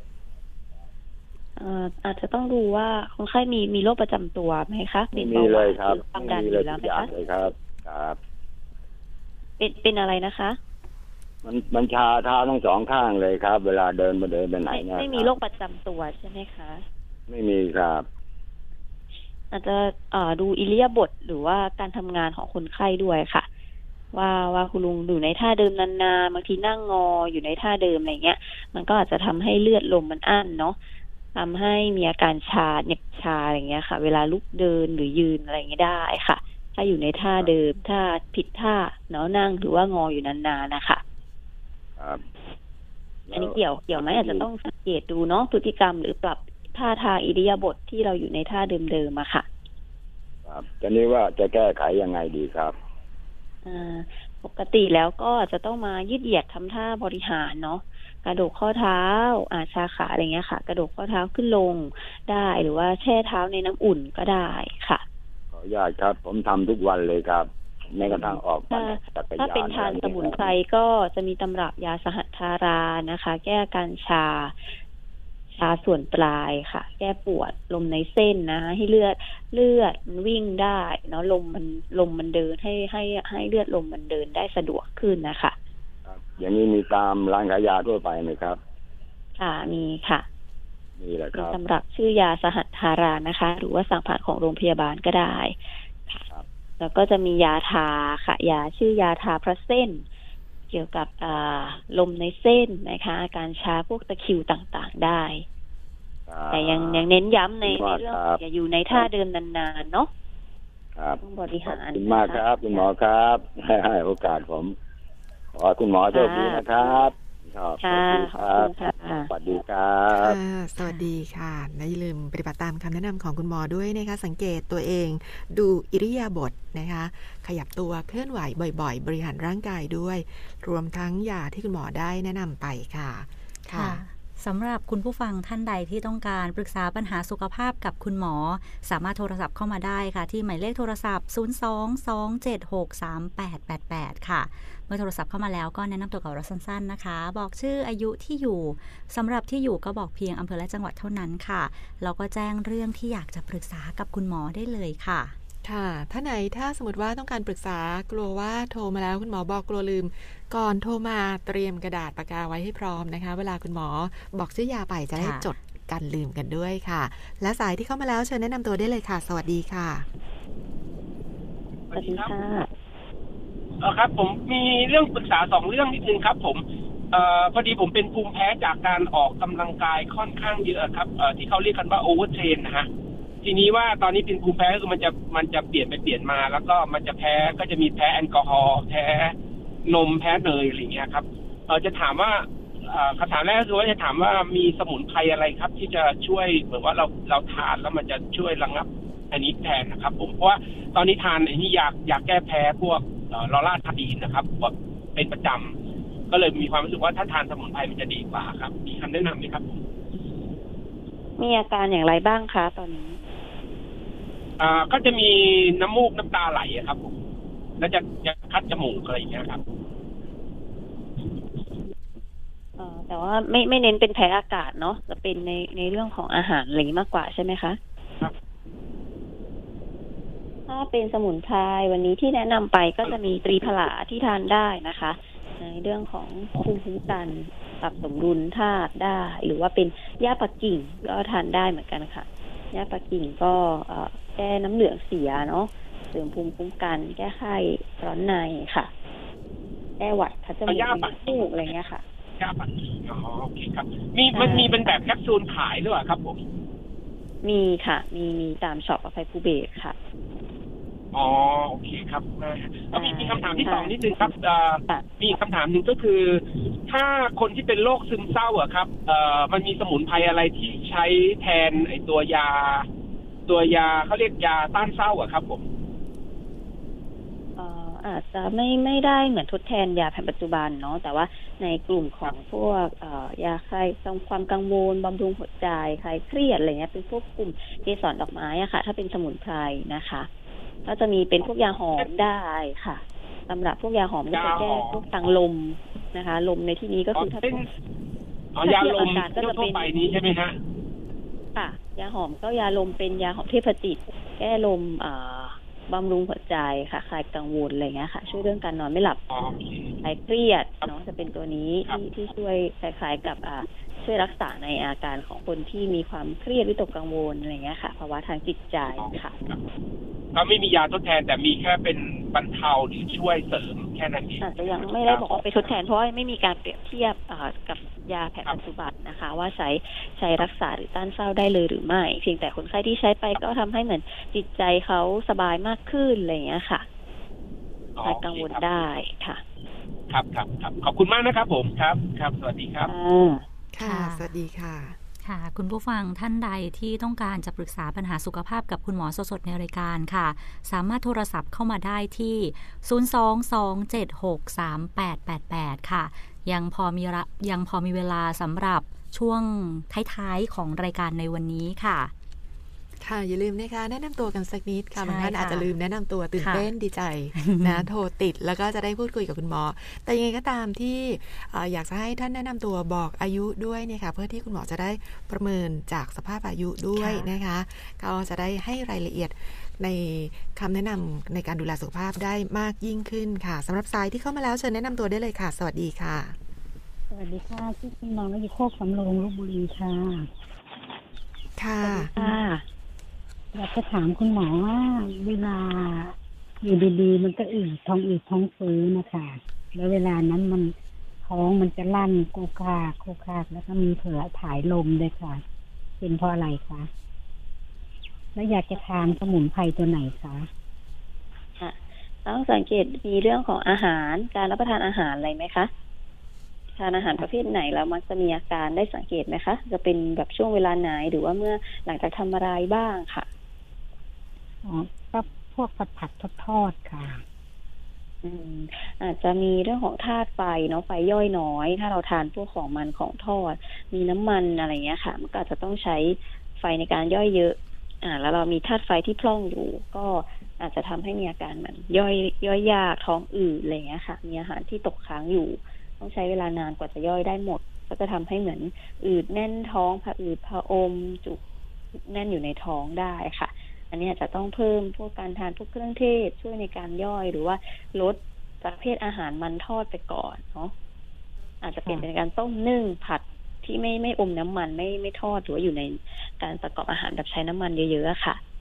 เอ่ออาจจะต้องดูว่าคนไข้มีมีโรคประจำตัวไหมคะ
เป็นมีเลยครับความดันอยู่แล้วไหมคะเลยครับครับ
เป็นเป็นอะไรนะคะ
มันมันชาเท้าทั้งสองข้างเลยครับเวลาเดินมาเดินไปไหนเนี่ย
ไม่มีโรคประจำตัวใช่ไหมคะ
ไม่มีครับ
อาจจะเอ่อดูอิริยาบถหรือว่าการทำงานของคนไข้ด้วยค่ะว่าว่าคุณลุงอยู่ในท่าเดิมนานๆบางทีนั่งงออยู่ในท่าเดิมอะไรเงี้ยมันก็อาจจะทำให้เลือดลมมันอั้นเนาะทำให้มีอาการชาเหน็บชาอะไรเงี้ยค่ะเวลาลุกเดินหรือยืนอะไรเงี้ยได้ค่ะถ้าอยู่ในท่าเดิมถ้าผิดท่าเนาะนั่งหรือว่างออยู่นานๆนะคะอันนี้เกี่ยวเกี่ยวไหมอาจจะต้องสังเกตดูเนาะพฤติกรรมหรือปรับท่าทางอิริยาบถที่เราอยู่ในท่าเดิมๆอะค่ะ
ครับตอนนี้ว่าจะแก้ไขยังไงดีครับ
อ่าปกติแล้วก็จะต้องมายืดเหยียดทำท่าบริหารเนาะกระโดดข้อเท้าอาชาขาอะไรเงี้ยค่ะกระโดดข้อเท้าขึ้นลงได้หรือว่าแช่เท้าในน้ำอุ่นก็ได้ค่ะ
ขออนุญาตครับผมทำทุกวันเลยครับแม้กระทั่งออก
ถ้าเป็นทานสมุนไพรก็จะมีตำรับยาสหัตถารานะคะแก้อาการชาชาส่วนปลายค่ะแก้ปวดลมในเส้นนะให้เลือดเลือดมันวิ่งได้เนาะลมมันลมมันเดินให้ให้ให้เลือดลมมันเดินได้สะดวกขึ้นนะคะ
อย่างนี้มีตามร้านขายยาทั่วไปไหมครับ
ค่ะมีค่ะ
มีแหละครับ
มีตำรับชื่อยาสหัตถารานะคะหรือว่าสั่งผ่านของโรงพยาบาลก็ได้แล้วก็จะมียาทาค่ะยาชื่อยาทาพระเส้นเกี่ยวกับลมในเส้นนะคะอาการชาพวกตะคริวต่างๆได้แต่ยังยังเน้นย้ำในในเรื่องอย่าอยู่ในท่าเดิมนานๆเนาะต้องบริหาร
ขอบคุณมากครับคุณหมอครับให้โอกาสผมขอคุณหมอโชคดีนะครับ
ค่ะขอบคุณค่ะ
สวัสดีครับ
สวัสดีค่ะอย่าลืมปฏิบัติตามคำแนะนำของคุณหมอด้วยนะคะสังเกตตัวเองดูอิริยาบถนะคะขยับตัวเคลื่อนไหวบ่อยๆบริหารร่างกายด้วยรวมทั้งยาที่คุณหมอได้แนะนำไปค่ะ
ค่ะสำหรับคุณผู้ฟังท่านใดที่ต้องการปรึกษาปัญหาสุขภาพกับคุณหมอสามารถโทรศัพท์เข้ามาได้ค่ะที่หมายเลขโทรศัพท์ศูนย์ สอง สอง เจ็ด หก สาม แปด แปด แปดค่ะเมื่อโทรศัพท์เข้ามาแล้วก็แนะนำตัวกับเราสั้นๆนะคะบอกชื่ออายุที่อยู่สำหรับที่อยู่ก็บอกเพียงอำเภอและจังหวัดเท่านั้นค่ะแล้วก็แจ้งเรื่องที่อยากจะปรึกษากับคุณหมอได้เลยค่ะ
ค่ะถ้าไหนถ้าสมมติว่าต้องการปรึกษากลัวว่าโทรมาแล้วคุณหมอบอกกลัวลืมก่อนโทรมาเตรียมกระดาษปากกาไว้ให้พร้อมนะคะเวลาคุณหมอบอกชื่อยาไปจะได้จดกันลืมกันด้วยค่ะและสายที่เข้ามาแล้วเชิญแนะนำตัวได้เลยค่ะสวัสดีค่ะ
สวัสดีค่ะ
เออครับผมมีเรื่องปรึกษาสองเรื่องนิดนึงครับผมเอ่อพอดีผมเป็นภูมิแพ้จากการออกกำลังกายค่อนข้างเยอะครับเอ่อที่เขาเรียกกันว่าโอเวอร์เทรนนะฮะทีนี้ว่าตอนนี้เป็นภูมิแพ้คือมันจะมันจะเปลี่ยนไปเปลี่ยนมาแล้วก็มันจะแพ้ก็จะมีแพ้แอลกอฮอล์แพ้นมแพ้เนยอะไรอย่างเงี้ยครับเออจะถามว่าคำถามแรกคือว่าจะถามว่ามีสมุนไพรอะไรครับที่จะช่วยเหมือนว่าเราเราทานแล้วมันจะช่วยระงับอันนี้แทนนะครับผมเพราะว่าตอนนี้ทานไอ้นี่ยายาแก้แพ้พวกลอราทาดีนนะครับเป็นประจำก็เลยมีความรู้สึกว่าถ้าทานสมุนไพรมันจะดีกว่าครับมีคำแนะนำไหมครับ
มีอาการอย่างไรบ้างคะตอนนี้
อ่าก็จะมีน้ำมูกน้ำตาไหลครับผมแล้วจะจะคัดจมูกอะไรอย่างเงี้ยครับ
แต่ว่าไม่ไม่เน้นเป็นแพ้อากาศเนาะจะเป็นในในเรื่องของอาหารอะไรมากกว่าใช่ไหมคะ
ครับ
ถ้าเป็นสมุนไพรวันนี้ที่แนะนำไปก็จะมีตรีผลาที่ทานได้นะคะในเรื่องของภูมิคุ้มกันปรับสมดุลธาตุได้หรือว่าเป็นหญ้าปักกิ่งก็ทานได้เหมือนกันค่ะหญ้าปักกิ่งก็แก้น้ำเหลืองเสียเนาะเสริมภูมิคุ้มกันแก้ไข้ร้อนในค่ะแก้หวัดคัดจมูกมูกอะไรเงี้ยค่ะ
ยาปักกิ่งอ๋อโอเคครับมีมันมีเป็นแบบแคปซูลขายด้วยครับผม
มีค่ะมีมีตามช็อปอภัยภูเบศรค่ะ
อ๋อโอเคครับแล้วมีมีคำถามที่สองนิดนึงครับมีคำถามหนึ่งก็คือถ้าคนที่เป็นโรคซึมเศร้าอะครับเอ่อมันมีสมุนไพรอะไรที่ใช้แทนไอตัวยาตัวยาเขาเรียกยาต้านเศร้าอะครับผม
อาจจะไม่ไม่ได้เหมือนทดแทนยาแผนปัจจุบันเนาะแต่ว่าในกลุ่มของพวกเอ่อยาคลายความกังวลบำรุงหัวใจคลายเครียดอะไรเงี้ยเป็นพวกกลุ่มเกสรดอกไม้อะค่ะถ้าเป็นสมุนไพรนะคะก็จะมีเป็นพวกยาหอมได้ค่ะสำหรับพวกยาหอมก็จะแก้พวกทางลมนะคะลมในที่นี้ก็คือถ้าเป็น
ยาลมก็จะเป็นไปนี้ใช่ไหมฮะ
ค่ะยาหอมก็ยาลมเป็นยาหอมเทพจิตแก้ลมอ่าบำรุงหัวใจค่ะคลายกังวลอะไรเงี้ยค่ะช่วยเรื่องการนอนไม่หลับคลายเครียดเนาะจะเป็นตัวนี้ที่ที่ช่วยคล้ายๆกับอ่าช่วยรักษาในอาการของคนที่มีความเครียดวิตกกังวลอะไรเงี้ยค่ะภาวะทางจิตใจค่ะ
ก็ไม่มียาทดแทนแต่มีแค่เป็นบรรเทาหรือช่วยเสริมแค่นั้นเอง
อาจจะยังไม่ได้บอกว่าไปทดแทนเพราะว่าไม่มีการเปรียบเทียบกับยาแผนปัจจุบันนะคะว่าใช้ใช้รักษาหรือต้านเศร้าได้เลยหรือไม่เพียงแต่คนไข้ที่ใช้ไปก็ทำให้เหมือนจิตใจเขาสบายมากขึ้นอะไรอย่างเงี้ยค่ะคลายกังวลได้ค่ะ
ครับครับครับขอบคุณมากนะครับผมครับครับสวัสดีครับ
ค่ะสวัสดีค่ะ
ค่ะคุณผู้ฟังท่านใดที่ต้องการจะปรึกษาปัญหาสุขภาพกับคุณหมอสดๆในรายการค่ะสามารถโทรศัพท์เข้ามาได้ที่ศูนย์ สอง สอง เจ็ด หก สาม แปด แปด แปดค่ะยังพอมียังพอมีเวลาสำหรับช่วงท้ายๆของรายการในวันนี้ค่ะ
ค่ะอย่าลืมนะคะแนะนำตัวกันสักนิดค่ะบางท่านอาจจะลืมแนะนำตัวตื่นเต้นดีใจนะโทรติดแล้วก็จะได้พูดคุยกับคุณหมอแต่ยังไงก็ตามที่อยากจะให้ท่านแนะนำตัวบอกอายุด้วยเนี่ยค่ะเพื่อที่คุณหมอจะได้ประเมินจากสภาพอายุด้วยนะคะก็จะได้ให้รายละเอียดในคำแนะนำในการดูแลสุขภาพได้มากยิ่งขึ้นค่ะสำหรับสายที่เข้ามาแล้วเชิญแนะนำตัวได้เลยค่ะสวัสดีค่ะ
สวัสดีค่ะชื่อคุณน้องนอยู่โคกสำโรงลพบุรีค่ะ
ค่ะ
อยากจะถามคุณหมอว่าเวลาอยู่ดีๆมันก็อืดท้องอืดท้องเฟ้อนะคะแล้วเวลานั้นมันท้องมันจะลั่นโกกาโกกาแล้วก็มีเผลอถ่ายลมเลยค่ะเป็นเพราะอะไรคะแล้วอยากจะทานสมุนไพรตัวไหนคะ
ค่ะต้องสังเกตมีเรื่องของอาหารการรับประทานอาหารอะไรไหมคะทานอาหารประเภทไหนแล้วมักจะมีอาการได้สังเกตไหมคะจะเป็นแบบช่วงเวลาไหนหรือว่าเมื่อหลังจากทำอะไรบ้างค่ะ
อ๋อก็พวกผัดผัดทอดทอดค่ะ
อืมอาจจะมีเรื่องของธาตุไฟเนาะไฟย่อยน้อยถ้าเราทานพวกของมันของทอดมีน้ำมันอะไรเงี้ยค่ะมันก็อาจจะต้องใช้ไฟในการย่อยเยอะอ่าแล้วเรามีธาตุไฟที่พร่องอยู่ก็อาจจะทำให้มีอาการเหมือนย่อยย่อยยากท้องอืดอะไรเงี้ยค่ะมีอาหารที่ตกค้างอยู่ต้องใช้เวลานานกว่าจะย่อยได้หมดก็จะทำให้เหมือนอืดแน่นท้องผะอืดผะอมจุกแน่นอยู่ในท้องได้ค่ะอันนี้อาจจะต้องเพิ่มพวกการทานพวกเครื่องเทศช่วยในการย่อยหรือว่าลดประเภทอาหารมันทอดไปก่อนเนาะอาจจะเปลี่ยนเป็นการต้มนึ่งผัดที่ไม่ไม่อมน้ำมันไม่ไม่ทอดหรือว่าอยู่ในการประกอบอาหารแบบใช้น้ำมันเยอะๆค่ะ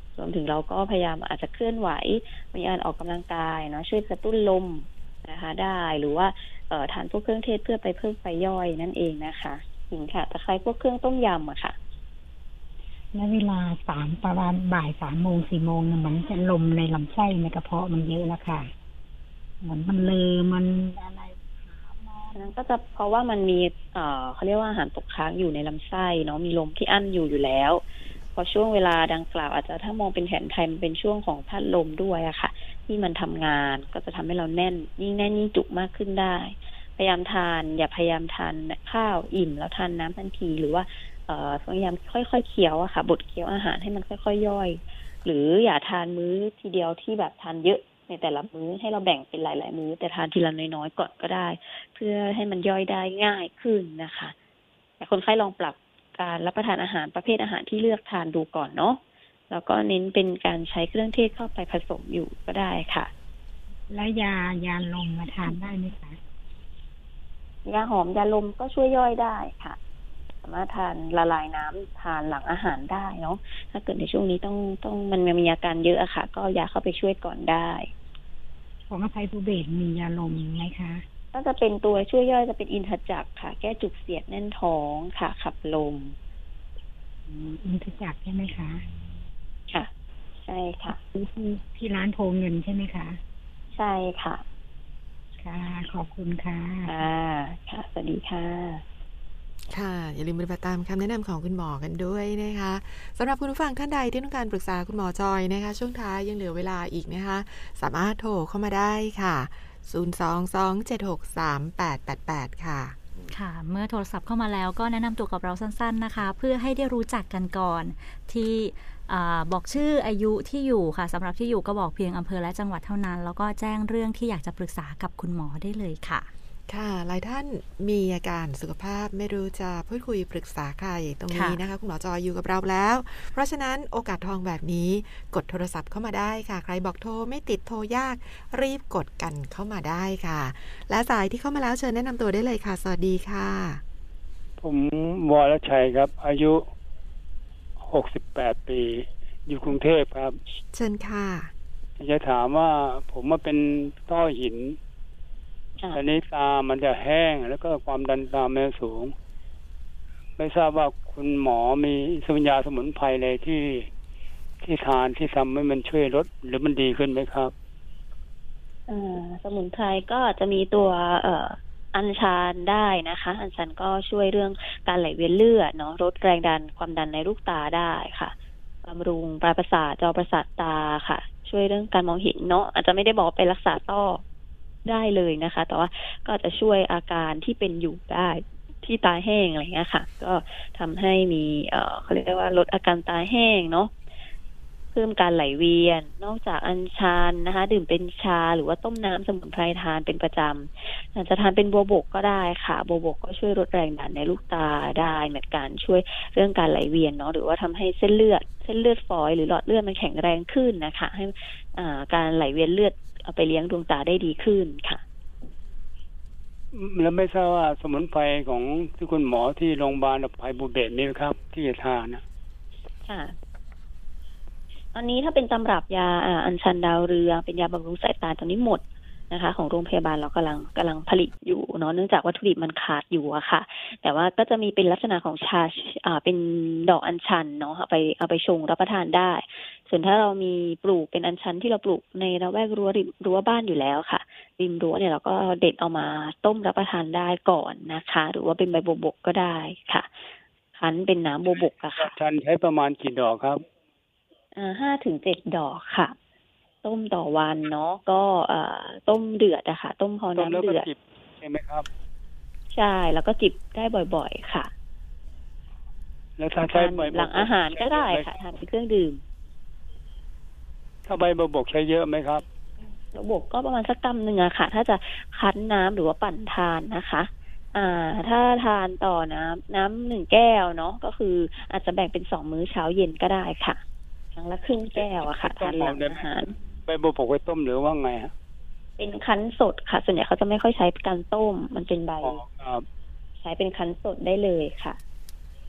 รวมถึงเราก็พยายามอาจจะเคลื่อนไหวมีการออกกำลังกายเนาะช่วยกระตุ้นลมนะคะได้หรือว่าเอ่อทานพวกเครื่องเทศเพื่อไปเพิ่มไฟย่อยนั่นเองนะคะหิงค่ะตะไคร้พวกเครื่องต้มยำอะค่ะ
แล้วเวลาสามประมาณบ่ายสามโมงสี่โมงเนี่ยมันจะลมในลำไส้ในกระเพาะมันเยอะแล้วค่ะเหมือนมันเลอมันอะไร
นั้นก็จะเพราะว่ามันมีเอ่อเขาเรียกว่าอาหารตกค้างอยู่ในลำไส้เนาะมีลมที่อั้นอยู่อยู่แล้วพอช่วงเวลาดังกล่าวอาจจะถ้ามองเป็นแผนไทยมันเป็นช่วงของธาตุลมด้วยอะค่ะที่มันทำงานก็จะทำให้เราแน่นยิ่งแน่นยิ่งจุกมากขึ้นได้พยายามทานอย่าพยายามทานข้าวอิ่มแล้วทานน้ำทันทีหรือว่าเอ่อพยายามค่อยๆเคี้ยวอะค่ะบดเคี้ยวอาหารให้มันค่อยๆย่อยหรืออย่าทานมื้อทีเดียวที่แบบทานเยอะในแต่ละมื้อให้เราแบ่งเป็นหลายๆมื้อแต่ทานทีละน้อยๆก่อนก็ได้เพื่อให้มันย่อยได้ง่ายขึ้นนะคะแต่คนไข้ลองปรับการรับประทานอาหารประเภทอาหารที่เลือกทานดูก่อนเนาะแล้วก็เน้นเป็นการใช้เครื่องเทศเข้าไปผสมอยู่ก็ได้ค่ะ
แล้วยายาลมมาทานได้ไหมคะ
ยาหอมยาลมก็ช่วยย่อยได้ค่ะสามารถทานละลายน้ำทานหลังอาหารได้เนาะถ้าเกิดในช่วงนี้ต้องต้องมันมีอาการเยอะอะค่ะก็ยาเข้าไปช่วยก่อนได้
ของอภัยภูเบศรมียาลมไหมคะ
ก็จะเป็นตัวช่วยย่อยจะเป็นอินทจักรค่ะแก้จุกเสียดแน่นท้องค่ะขับลม
อินทจักรใช่ไหมคะ
ค่ะใช่ค่ะ
ที่ที่ร้านโพเงินใช่ไหมคะ
ใช่ค่ะ
ค่ะขอบคุณค่ะ
ค่ะค่ะสวัสดีค่ะ
ค่ะอย่าลืมปฏิบัติตามคำแนะนำของคุณหมอกันด้วยนะคะสำหรับคุณผู้ฟังท่านใดที่ต้องการปรึกษาคุณหมอจอยนะคะช่วงท้ายยังเหลือเวลาอีกนะคะสามารถโทรเข้ามาได้ค่ะศูนย์ สอง สอง เจ็ด หก สาม แปด แปด แปดค่ะ
ค่ะเมื่อโทรศัพท์เข้ามาแล้วก็แนะนำตัวกับเราสั้นๆนะคะเพื่อให้ได้รู้จักกันก่อนที่บอกชื่ออายุที่อยู่ค่ะสำหรับที่อยู่ก็บอกเพียงอำเภอและจังหวัดเท่านั้นแล้วก็แจ้งเรื่องที่อยากจะปรึกษากับคุณหมอได้เลยค่ะ
ค่ะหลายท่านมีอาการสุขภาพไม่รู้จะพูดคุยปรึกษาใครตรงนี้นะคะคุณหมอจอยอยู่กับเราแล้วเพราะฉะนั้นโอกาสทองแบบนี้กดโทรศัพท์เข้ามาได้ค่ะใครบอกโทรไม่ติดโทรยากรีบกดกันเข้ามาได้ค่ะและสายที่เข้ามาแล้วเชิญแนะนำตัวได้เลยค่ะสวัสดีค่ะ
ผมวรชัยครับอายุหกสิบแปดปีอยู่กรุงเทพครับ
เชิญค่ะ
จะถามว่าผมมาเป็นต้อหินตอนนี้ตามันจะแห้งแล้วก็ความดันตามันสูงไม่ทราบว่าคุณหมอมีสมุนยาสมุนไพรอะไรที่ที่ทานที่ทำให้มันช่วยลดหรือมันดีขึ้นไหมครับ
อ่าสมุนไพรก็จะมีตัวเอ่ออัญชันได้นะคะอัญชันก็ช่วยเรื่องการไหลเวียนเลือดเนาะลดแรงดันความดันในลูกตาได้ค่ะบำรุงปลายประสาทจอประสาทตาค่ะช่วยเรื่องการมองเห็นเนาะอาจจะไม่ได้บอกไปรักษาต้อได้เลยนะคะแต่ว่าก็จะช่วยอาการที่เป็นอยู่ได้ที่ตาแห้งอะไรเงี้ยค่ะก็ทำให้มีเอ่อเขาเรียกว่าลดอาการตาแห้งเนาะเพิ่มการไหลเวียนนอกจากอัญชันนะคะดื่มเป็นชาหรือว่าต้มน้ำสมุนไพรทานเป็นประจำอาจจะทานเป็นบัวบกก็ได้ค่ะบัวบกก็ช่วยลดแรงดันในลูกตาได้เหมือนกันช่วยเรื่องการไหลเวียนเนาะหรือว่าทำให้เส้นเลือดเส้นเลือดฝอยหรือหลอดเลือดมันแข็งแรงขึ้นนะคะให้อ่าการไหลเวียนเลือดเอาไปเลี้ยงดวงตาได้ดีขึ้นค่ะ
แล้วไม่ทราบว่าสมุนไพรของที่คุณหมอที่โรงพยาบาลอภัยภูเบศรนี่ครับที่จะทานนะ
ค่ะอันนี้ถ้าเป็นตำรับยาอัญชันดาวเรืองเป็นยาบำรุงสายตาตอนนี้หมดนะคะของโรงพยาบาลเรากำลังกำลังผลิตอยู่เนาะเนื่องจากวัตถุดิบมันขาดอยู่อะค่ะแต่ว่าก็จะมีเป็นลักษณะของชาอ่าเป็นดอกอัญชันเนาะเอาไปเอาไปชงรับประทานได้ส่วนถ้าเรามีปลูกเป็นอัญชันที่เราปลูกในละแวกรั้วรั้วบ้านอยู่แล้วค่ะริมรั้วเนี่ยเราก็เด็ดเอามาต้มรับประทานได้ก่อนนะคะหรือว่าเป็นใบบัวบกก็ได้ค่ะคั้นเป็นน้ำบัวบกอะค่ะ
อัญชันใช้ประมาณกี่ดอกครับ
อ่าห้าถึงเจ็ดดอกค่ะต้มต่อวันเนาะก็เอ่อต้มเดือดอะค่ะต้มพอน้ำเดือด
ใช่ไหมครับ
ใช่แล้วก็จิบได้บ่อยๆค่ะ
แล้วถ้าใช้ใบ
หลังอาหารก็ได้ค่ะทานเป็นเครื่องดื่ม
ถ้าใบบัวบกใช้เยอะไหมครับ
ใบบัวบกก็ประมาณสักกำหนึ่งอะค่ะถ้าจะคั้นน้ำหรือว่าปั่นทานนะคะอ่าถ้าทานต่อน้ำน้ำหนึ่งแก้วเนาะก็คืออาจจะแบ่งเป็นสองมื้อเช้าเย็นก็ได้ค่ะครั้งละครึ่งแก้วอะค่ะทานหลังอาหาร
ใบบัวบกไว้ต้มหรือว่าไงฮะ
เป็นคั้นสดค่ะส่วนใหญ่เขาจะไม่ค่อยใช้การต้มมันเป็นใบใช้เป็นคั้นสดได้เลยค่ะ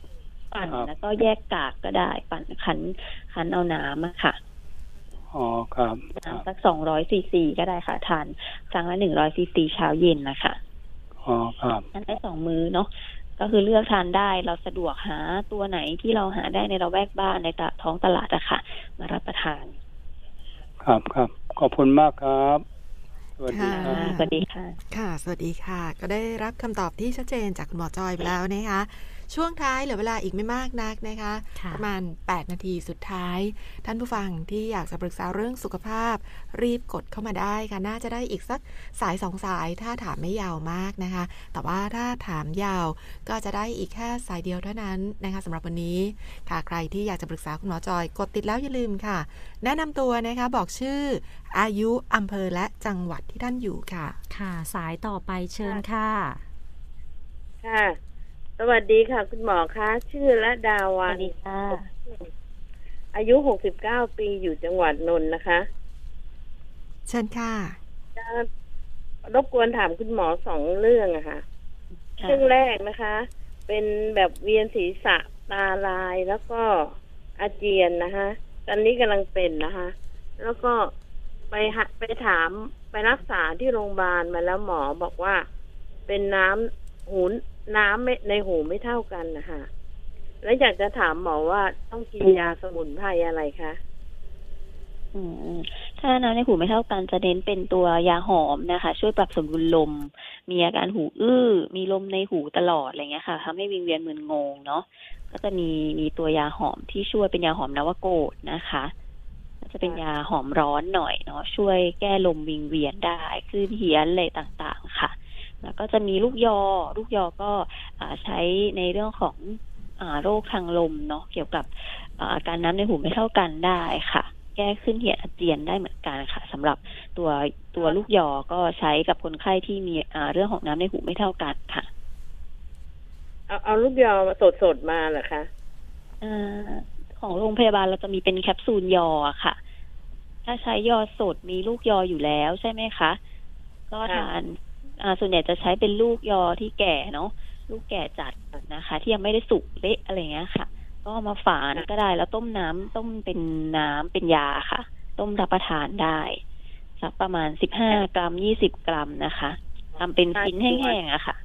ปั่นแล้วก็แยกกากก็ได้ปั่นคั้นคั้นเอาน้ำอะค่ะ
อ๋อครับ
น้ำสักสองร้อยซีซีก็ได้ค่ะทานครั้งละหนึ่งร้อยซีซีเช้าเย็นนะคะ
อ๋อครับ
ทานได้สองมื้อเนาะก็คือเลือกทานได้เราสะดวกหาตัวไหนที่เราหาได้ในเราแวกบ้านในท้องตลาดอะค่ะมารับประทาน
ครับครับขอบคุณมากครับสวัสดี
ค่ะสวัสดีค่ะ
ค่ะสวัสดีค่ะก็ได้รับคำตอบที่ชัดเจนจากคุณหมอจอยไปแล้วนะคะช่วงท้ายเหลือเวลาอีกไม่มากนักนะคะประมาณแปดนาทีสุดท้ายท่านผู้ฟังที่อยากจะปรึกษาเรื่องสุขภาพรีบกดเข้ามาได้ค่ะน่าจะได้อีกสักสายสองสายถ้าถามไม่ยาวมากนะคะแต่ว่าถ้าถามยาวก็จะได้อีกแค่สายเดียวเท่านั้นนะคะสำหรับวันนี้ค่ะใครที่อยากจะปรึกษาคุณหมอจอยกดติดแล้วอย่าลืมค่ะแนะนำตัวนะคะบอกชื่ออายุอำเภอและจังหวัดที่ท่านอยู่ค่ะ
ค่ะสายต่อไปเชิญค่ะ
ค่ะสวัสดีค่ะคุณหมอคะชื่อละดาวัน
สวัสดีค่ะ
อายุหกสิบเก้าปีอยู่จังหวัดนนท์นะคะ
เชิญค่ะ
จะรบกวนถามคุณหมอสองเรื่องอะค่ะเรื่องแรกนะคะ เป็นแบบเวียนศีรษะตาลายแล้วก็อาเจียนนะคะตอนนี้กำลังเป็นนะคะแล้วก็ไปไปถามไปรักษาที่โรงพยาบาลมาแล้วหมอบอกว่าเป็นน้ำหูน้ำในหูไม่เท่ากันนะคะแล้วอยากจะถามหมอว่าต้องกินยาสมุนไพรอะไรคะ
อืมถ้าน้ำในหูไม่เท่ากันจะเน้นเป็นตัวยาหอมนะคะช่วยปรับสมดุลลมมีอาการหูอื้อมีลมในหูตลอดอะไรเงี้ยค่ะทำให้วิงเวียนมึนงงเนาะก็จะมีมีตัวยาหอมที่ช่วยเป็นยาหอมนวโกฏนะคะจะเป็นยาหอมร้อนหน่อยเนาะช่วยแก้ลมวิงเวียนได้คลื่นเหียนอะไรต่างๆค่ะแล้วก็จะมีลูกยอลูกยอก็ใช้ในเรื่องของโรคทางลมเนาะเกี่ยวกับอาการน้ำในหูไม่เท่ากันได้ค่ะแก้ขึ้นเหี่ยอาเจียนได้เหมือนกันค่ะสำหรับตัวตัวลูกยอก็ใช้กับคนไข้ที่มีเรื่องของน้ำในหูไม่เท่ากันค่ะ
เอาเอาลูกยอสดสดมาเหรอคะ
ของโรงพยาบาลเราจะมีเป็นแคปซูลยอค่ะถ้าใช้ยอสดมีลูกยออยู่แล้วใช่ไหมคะก็ทานส่วนใหญ่จะใช้เป็นลูกยอที่แก่เนาะลูกแก่จัดนะคะที่ยังไม่ได้สุกเละอะไรเงี้ยค่ะก็มาฝานก็ได้แล้วต้มน้ำต้มเป็นน้ำเป็นยาค่ะต้มรับประทานได้สักประมาณสิบห้ากรัมยี่สิบกรัมนะคะทำเป็นชิ้นแห้งๆอะค่ะ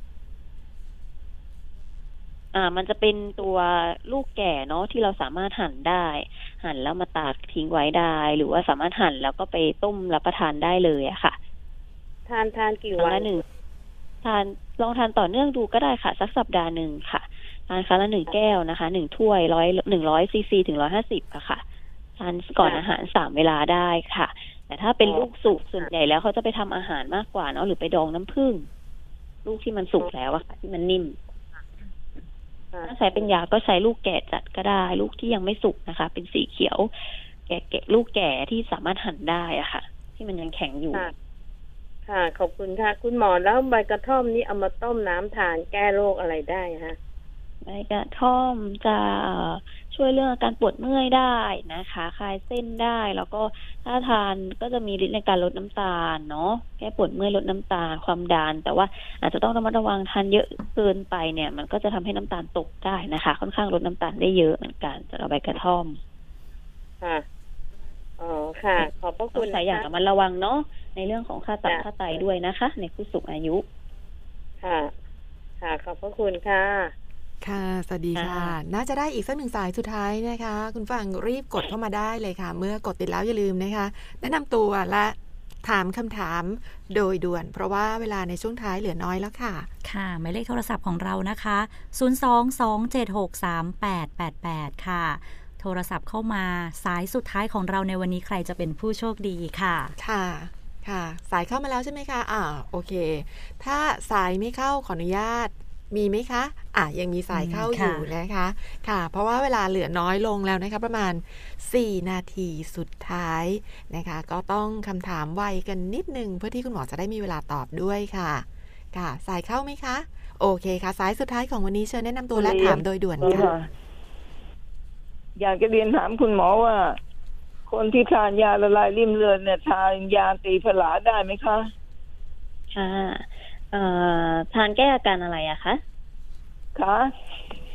อ่ามันจะเป็นตัวลูกแก่เนาะที่เราสามารถหั่นได้หั่นแล้วมาตากทิ้งไว้ได้หรือว่าสามารถหั่นแล้วก็ไปต้มรับประทานได้เลยอะค่ะ
ทานทานกี่วัน
ละหนึ่งทานลองทานต่อเนื่องดูก็ได้ค่ะสักสัปดาห์หนึ่งค่ะทานครั้งละหนึ่งแก้วนะคะหนึ่งถ้วยร้อยหนึ่งร้อยซีซีถึงร้อยห้าสิบอะค่ะทานก่อนอาหารสามเวลาได้ค่ะแต่ถ้าเป็นลูกสุกส่วนใหญ่แล้วเขาจะไปทำอาหารมากกว่าเนาะหรือไปดองน้ำผึ้งลูกที่มันสุกแล้วอะค่ะที่มันนิ่มถ้าใช้เป็นยาก็ใช้ลูกแก่จัดก็ได้ลูกที่ยังไม่สุกนะคะเป็นสีเขียวแก่แก่ลูกแก่ที่สามารถหั่นได้อะค่ะที่มันยังแข็งอยู่
ค่ะขอบคุณค่ะคุณหมอแล้วใบกระท่อมนี้เอามาต้มน้ำทานแก้โรคอะไรได้ฮะ
ใบกระท่อมจะช่วยเรื่องอาการปวดเมื่อยได้นะคะคลายเส้นได้แล้วก็ถ้าทานก็จะมีฤทธิ์ในการลดน้ำตาลเนาะแก้ปวดเมื่อยลดน้ำตาลความดันแต่ว่าอาจจะต้องระมัดระวังทานเยอะเกินไปเนี่ยมันก็จะทำให้น้ำตาลตกได้นะคะค่อนข้างลดน้ำตาลได้เยอะเหมือนกันสำหรับใบกระท่อม
ค่ะอ๋อค่ะขอบพระคุณ
ใส่อย่างระมัดระวังเนาะในเรื่องของค่าตับค่าไตด้วยนะคะในผู้สูงอายุ
ค่ะค่ะขอบพระคุณค่ะ
ค่ะสวัสดีค่ะน่าจะได้อีกสักหนึ่งสายสุดท้ายนะคะคุณฟังรีบกดเข้ามาได้เลยค่ะเมื่อกดติดแล้วอย่าลืมนะคะแนะนำตัวและถามคำถามโดยด่วนเพราะว่าเวลาในช่วงท้ายเหลือน้อยแล้วค่ะ
ค่ะหมายเลขโทรศัพท์ของเรานะคะศูนย์ สอง สอง เจ็ด หก สาม แปด แปด แปดค่ะโทรศัพท์เข้ามาสายสุดท้ายของเราในวันนี้ใครจะเป็นผู้โชคดีค่ะ
ค่ะค่ะสายเข้ามาแล้วใช่ไหมคะอ่าโอเคถ้าสายไม่เข้าขออนุญาตมีไหมคะอ่ะยังมีสายเข้าอยู่นะคะค่ะเพราะว่าเวลาเหลือน้อยลงแล้วนะคะประมาณสี่นาทีสุดท้ายนะคะก็ต้องคำถามไวกันนิดนึงเพื่อที่คุณหมอจะได้มีเวลาตอบด้วยค่ะค่ะสายเข้าไหมคะโอเคค่ะสายสุดท้ายของวันนี้เชิญแนะนำตัวและถามโดยด่วนค่ะ
อยากจะเรียนถามคุณหมอว่าคนที่ทานยาละลายริ่มเลือดเนี่ยทานยาตีผลาได้ไหมคะ
ค่ะเอ่อทานแก้อาการอะไรอะคะ
คะ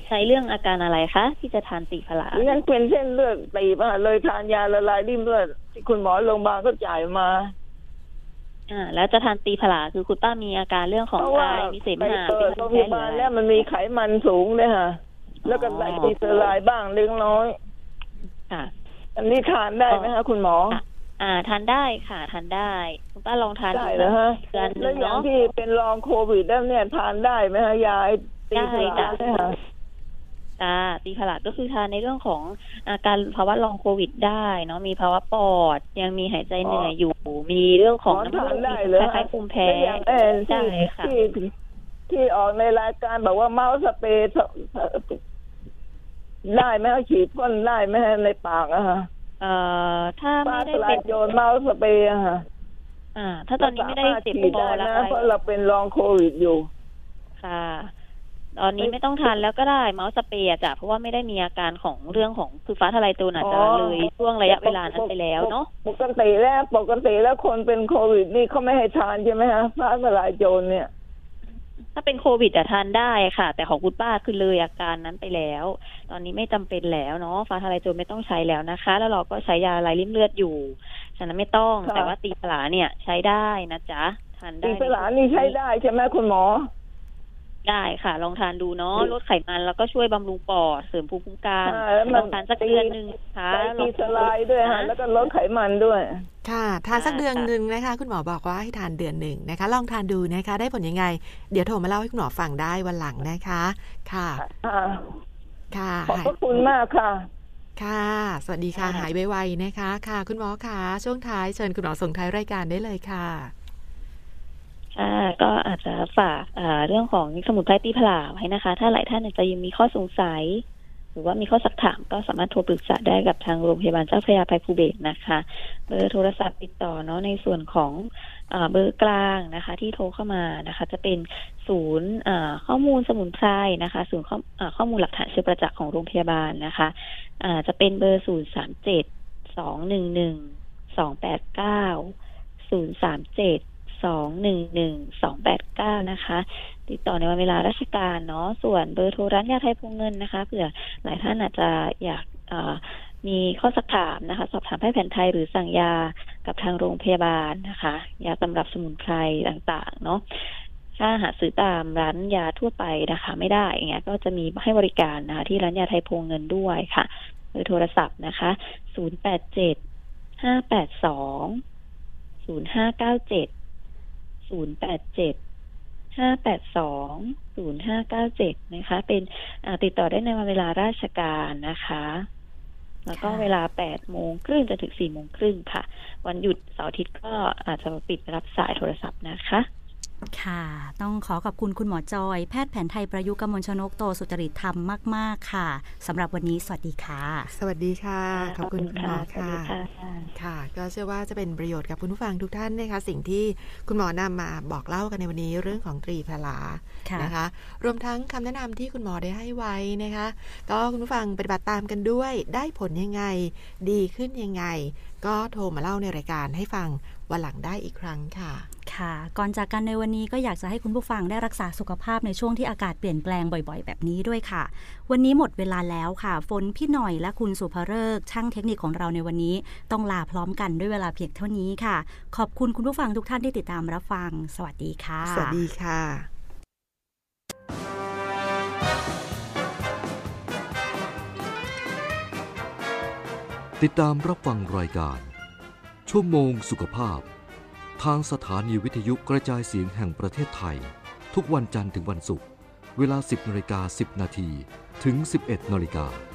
ใช้เรื่องอาการอะไรคะที่จะทานตีผลา
ดิฉันเป็นเส้นเลือดตีบค่ะเลยทานยาละลายริ่มเลือดที่คุณหมอโรงพยาบาลก็จ่ายมา
อ่าแล้วจะทานตีผลาคือคุณป้ามีอาการเรื่องของกายมีเสมหะ
เป็นโรงพยาบาลแล้วมันมีไขมันสูงเลยค่ะแล้วก็ใส่ตีสลายบ้างเล็กน้อย
ค่ะ
อันนี้ทานได้ไหมคะคุณหมอ
อ่าทานได้ค่ะทานได้คุณป้าลองทาน
ได้เหรอฮะแล้วอย่างที่เป็นลองโควิดแล้วเนี่ยทานได้ไหมคะยาตีผลาได้ค่ะ
จ้าตีผลาก็คือทานในเรื่องของอาการภาวะลองโควิดได้เนาะมีภาวะปอดยังมีหายใจเหนื่อยอยู่มีเรื่องของ
น้ำมูก
คล้ายๆภูมิแพ้
ได้ค่ะที่ที่ออกในรายการบอกว่าเมาส์สเปรย์ได้ไหมฉีดพ่นได้ไหมในปากอะค่ะ
เอ่อถ้าไม่ได้เป็น
โยนเมาส์สเปรย์อะค่ะ
อ่าถ้าตอนนี้ไม่ได้เจ็บคอแล้ว
เพราะเราเป็นลองโควิดอยู่
ค่ะตอนนี้ไม่ต้องทานแล้วก็ได้เมาส์สเปรย์จ้ะเพราะว่าไม่ได้มีอาการของเรื่องของคือฟ้าทลายโจรอาจจะเลยช่วงระยะเวลานั้นไปแล้วเนาะ
ปกติแล้วปกติแล้วคนเป็นโควิดนี่เขาไม่ให้ทานใช่ไหมฮะฟ้าทลายโจรเนี่ย
ถ้าเป็นโควิดจะทานได้ค่ะแต่ของคุณป้าคือเลยอาการนั้นไปแล้วตอนนี้ไม่จำเป็นแล้วเนาะฟ้าทลายโจรไม่ต้องใช้แล้วนะคะแล้วเราก็ใช้ยาละลายริ่มเลือดอยู่ฉะนั้นไม่ต้องแต่ว่าตีผลาเนี่ยใช้ได้นะจ๊ะทานได้
ตีผลานี่ใช้ได้ใช่ไหมคุณหมอ
ได้ค่ะลองทานดูเนาะลดไขมันแล้วก็ช่วยบำรุงปอดเสริมภูมิคุ้มกันลองทานสักเดือนนึงค่ะ
ลองสลายด้วยค่ะแล้วก็ลดไขมันด้วย
ค่ะทานสักเดือนนึงนะคะคุณหมอบอกว่าให้ทานเดือนหนึ่งนะคะลองทานดูนะคะได้ผลยังไงเดี๋ยวโทรมาเล่าให้คุณหมอฟังได้วันหลังนะคะค่ะค่ะ
ขอบพระคุณมากค่ะ
ค่ะสวัสดีค่ะหายไวๆนะคะค่ะคุณหมอค่ะช่วงท้ายเชิญคุณหมอส่งท้ายรายการได้เลยค่ะ
ค่ะก็อาจจะฝากเรื่องของสมุนไพรตีผลาไว้นะคะถ้าหลายท่านจะยังมีข้อสงสัยหรือว่ามีข้อสักถามก็สามารถโทรปรึกษาได้กับทางโรงพยาบาลเจ้าพระยาอภัยภูเบศรนะคะเบอร์โทรศัพท์ติดต่อเนาะในส่วนของเบอร์กลางนะคะที่โทรเข้ามานะคะจะเป็นศูนย์ข้อมูลสมุนไพรนะคะศูนย์ข้อมูลหลักฐานเชิงประจักษ์ของโรงพยาบาลนะคะจะเป็นเบอร์ศูนย์สามเจ็ดสองหนึ่งหนึ่งสองแปดเก้าศูนย์สามเจ็ดสองหนึ่งหนึ่งสองแปดเก้านะคะติดต่อในวันเวลาราชการเนาะส่วนเบอร์โทรร้านยาไทยพงเงินนะคะเผื่อหลายท่านอาจจะอยากมีข้อสักถามนะคะสอบถามแพทย์แผนไทยหรือสั่งยากับทางโรงพยาบาลนะคะยาตำรับสมุนไพรต่างๆเนาะถ้าหาซื้อตามร้านยาทั่วไปนะคะไม่ได้อย่างเงี้ยก็จะมีให้บริการนะคะที่ร้านยาไทยพงเงินด้วยค่ะเบอร์โทรศัพท์นะคะศูนย์แปดเจ็ดห้าแปดสองศูนย์ห้าเก้าเจ็ดศูนย์แปดเจ็ดห้าแปดสองศูนย์ห้าเก้าเจ็ดนะคะเป็นติดต่อได้ในวันเวลาราชการนะคะแล้วก็เวลาแปดโมงครึ่งจนถึงสี่โมงครึ่งค่ะวันหยุดเสาร์อาทิตย์ก็อาจจะปิดรับสายโทรศัพท์นะคะ
ค่ะต้องขอขอบคุณคุณหมอจอยแพทย์แผนไทยประยุกต์กมลชนกโตสุจริตธรรมมากๆค่ะสำหรับวันนี้สวัสดีค่ะ
สวัสดีค่ะขอบคุณคุณหมอค่ะค่ะก็เชื่อว่าจะเป็นประโยชน์กับคุณผู้ฟังทุกท่านนะคะสิ่งที่คุณหมอนำมาบอกเล่ากันในวันนี้เรื่องของตรีผลานะคะรวมทั้งคำแนะนำที่คุณหมอได้ให้ไว้นะคะก็คุณผู้ฟังปฏิบัติตามกันด้วยได้ผลยังไงดีขึ้นยังไงก็โทรมาเล่าในรายการให้ฟังวันหลังได้อีกครั้งค่ะ
ค่ะก่อนจากกันในวันนี้ก็อยากจะให้คุณผู้ฟังได้รักษาสุขภาพในช่วงที่อากาศเปลี่ยนแปลงบ่อยๆแบบนี้ด้วยค่ะวันนี้หมดเวลาแล้วค่ะฝนพี่หน่อยและคุณสุภฤกษ์ช่างเทคนิคของเราในวันนี้ต้องลาพร้อมกันด้วยเวลาเพียงเท่านี้ค่ะขอบคุณคุณผู้ฟังทุกท่านที่ติดตามรับฟังสวัสดีค่ะ
สวัสดีค่ะ
ติดตามรับฟังรายการชั่วโมงสุขภาพทางสถานีวิทยุกระจายเสียงแห่งประเทศไทยทุกวันจันทร์ถึงวันศุกร์เวลา สิบนาฬิกาสิบนาทีถึง สิบเอ็ดนาฬิกา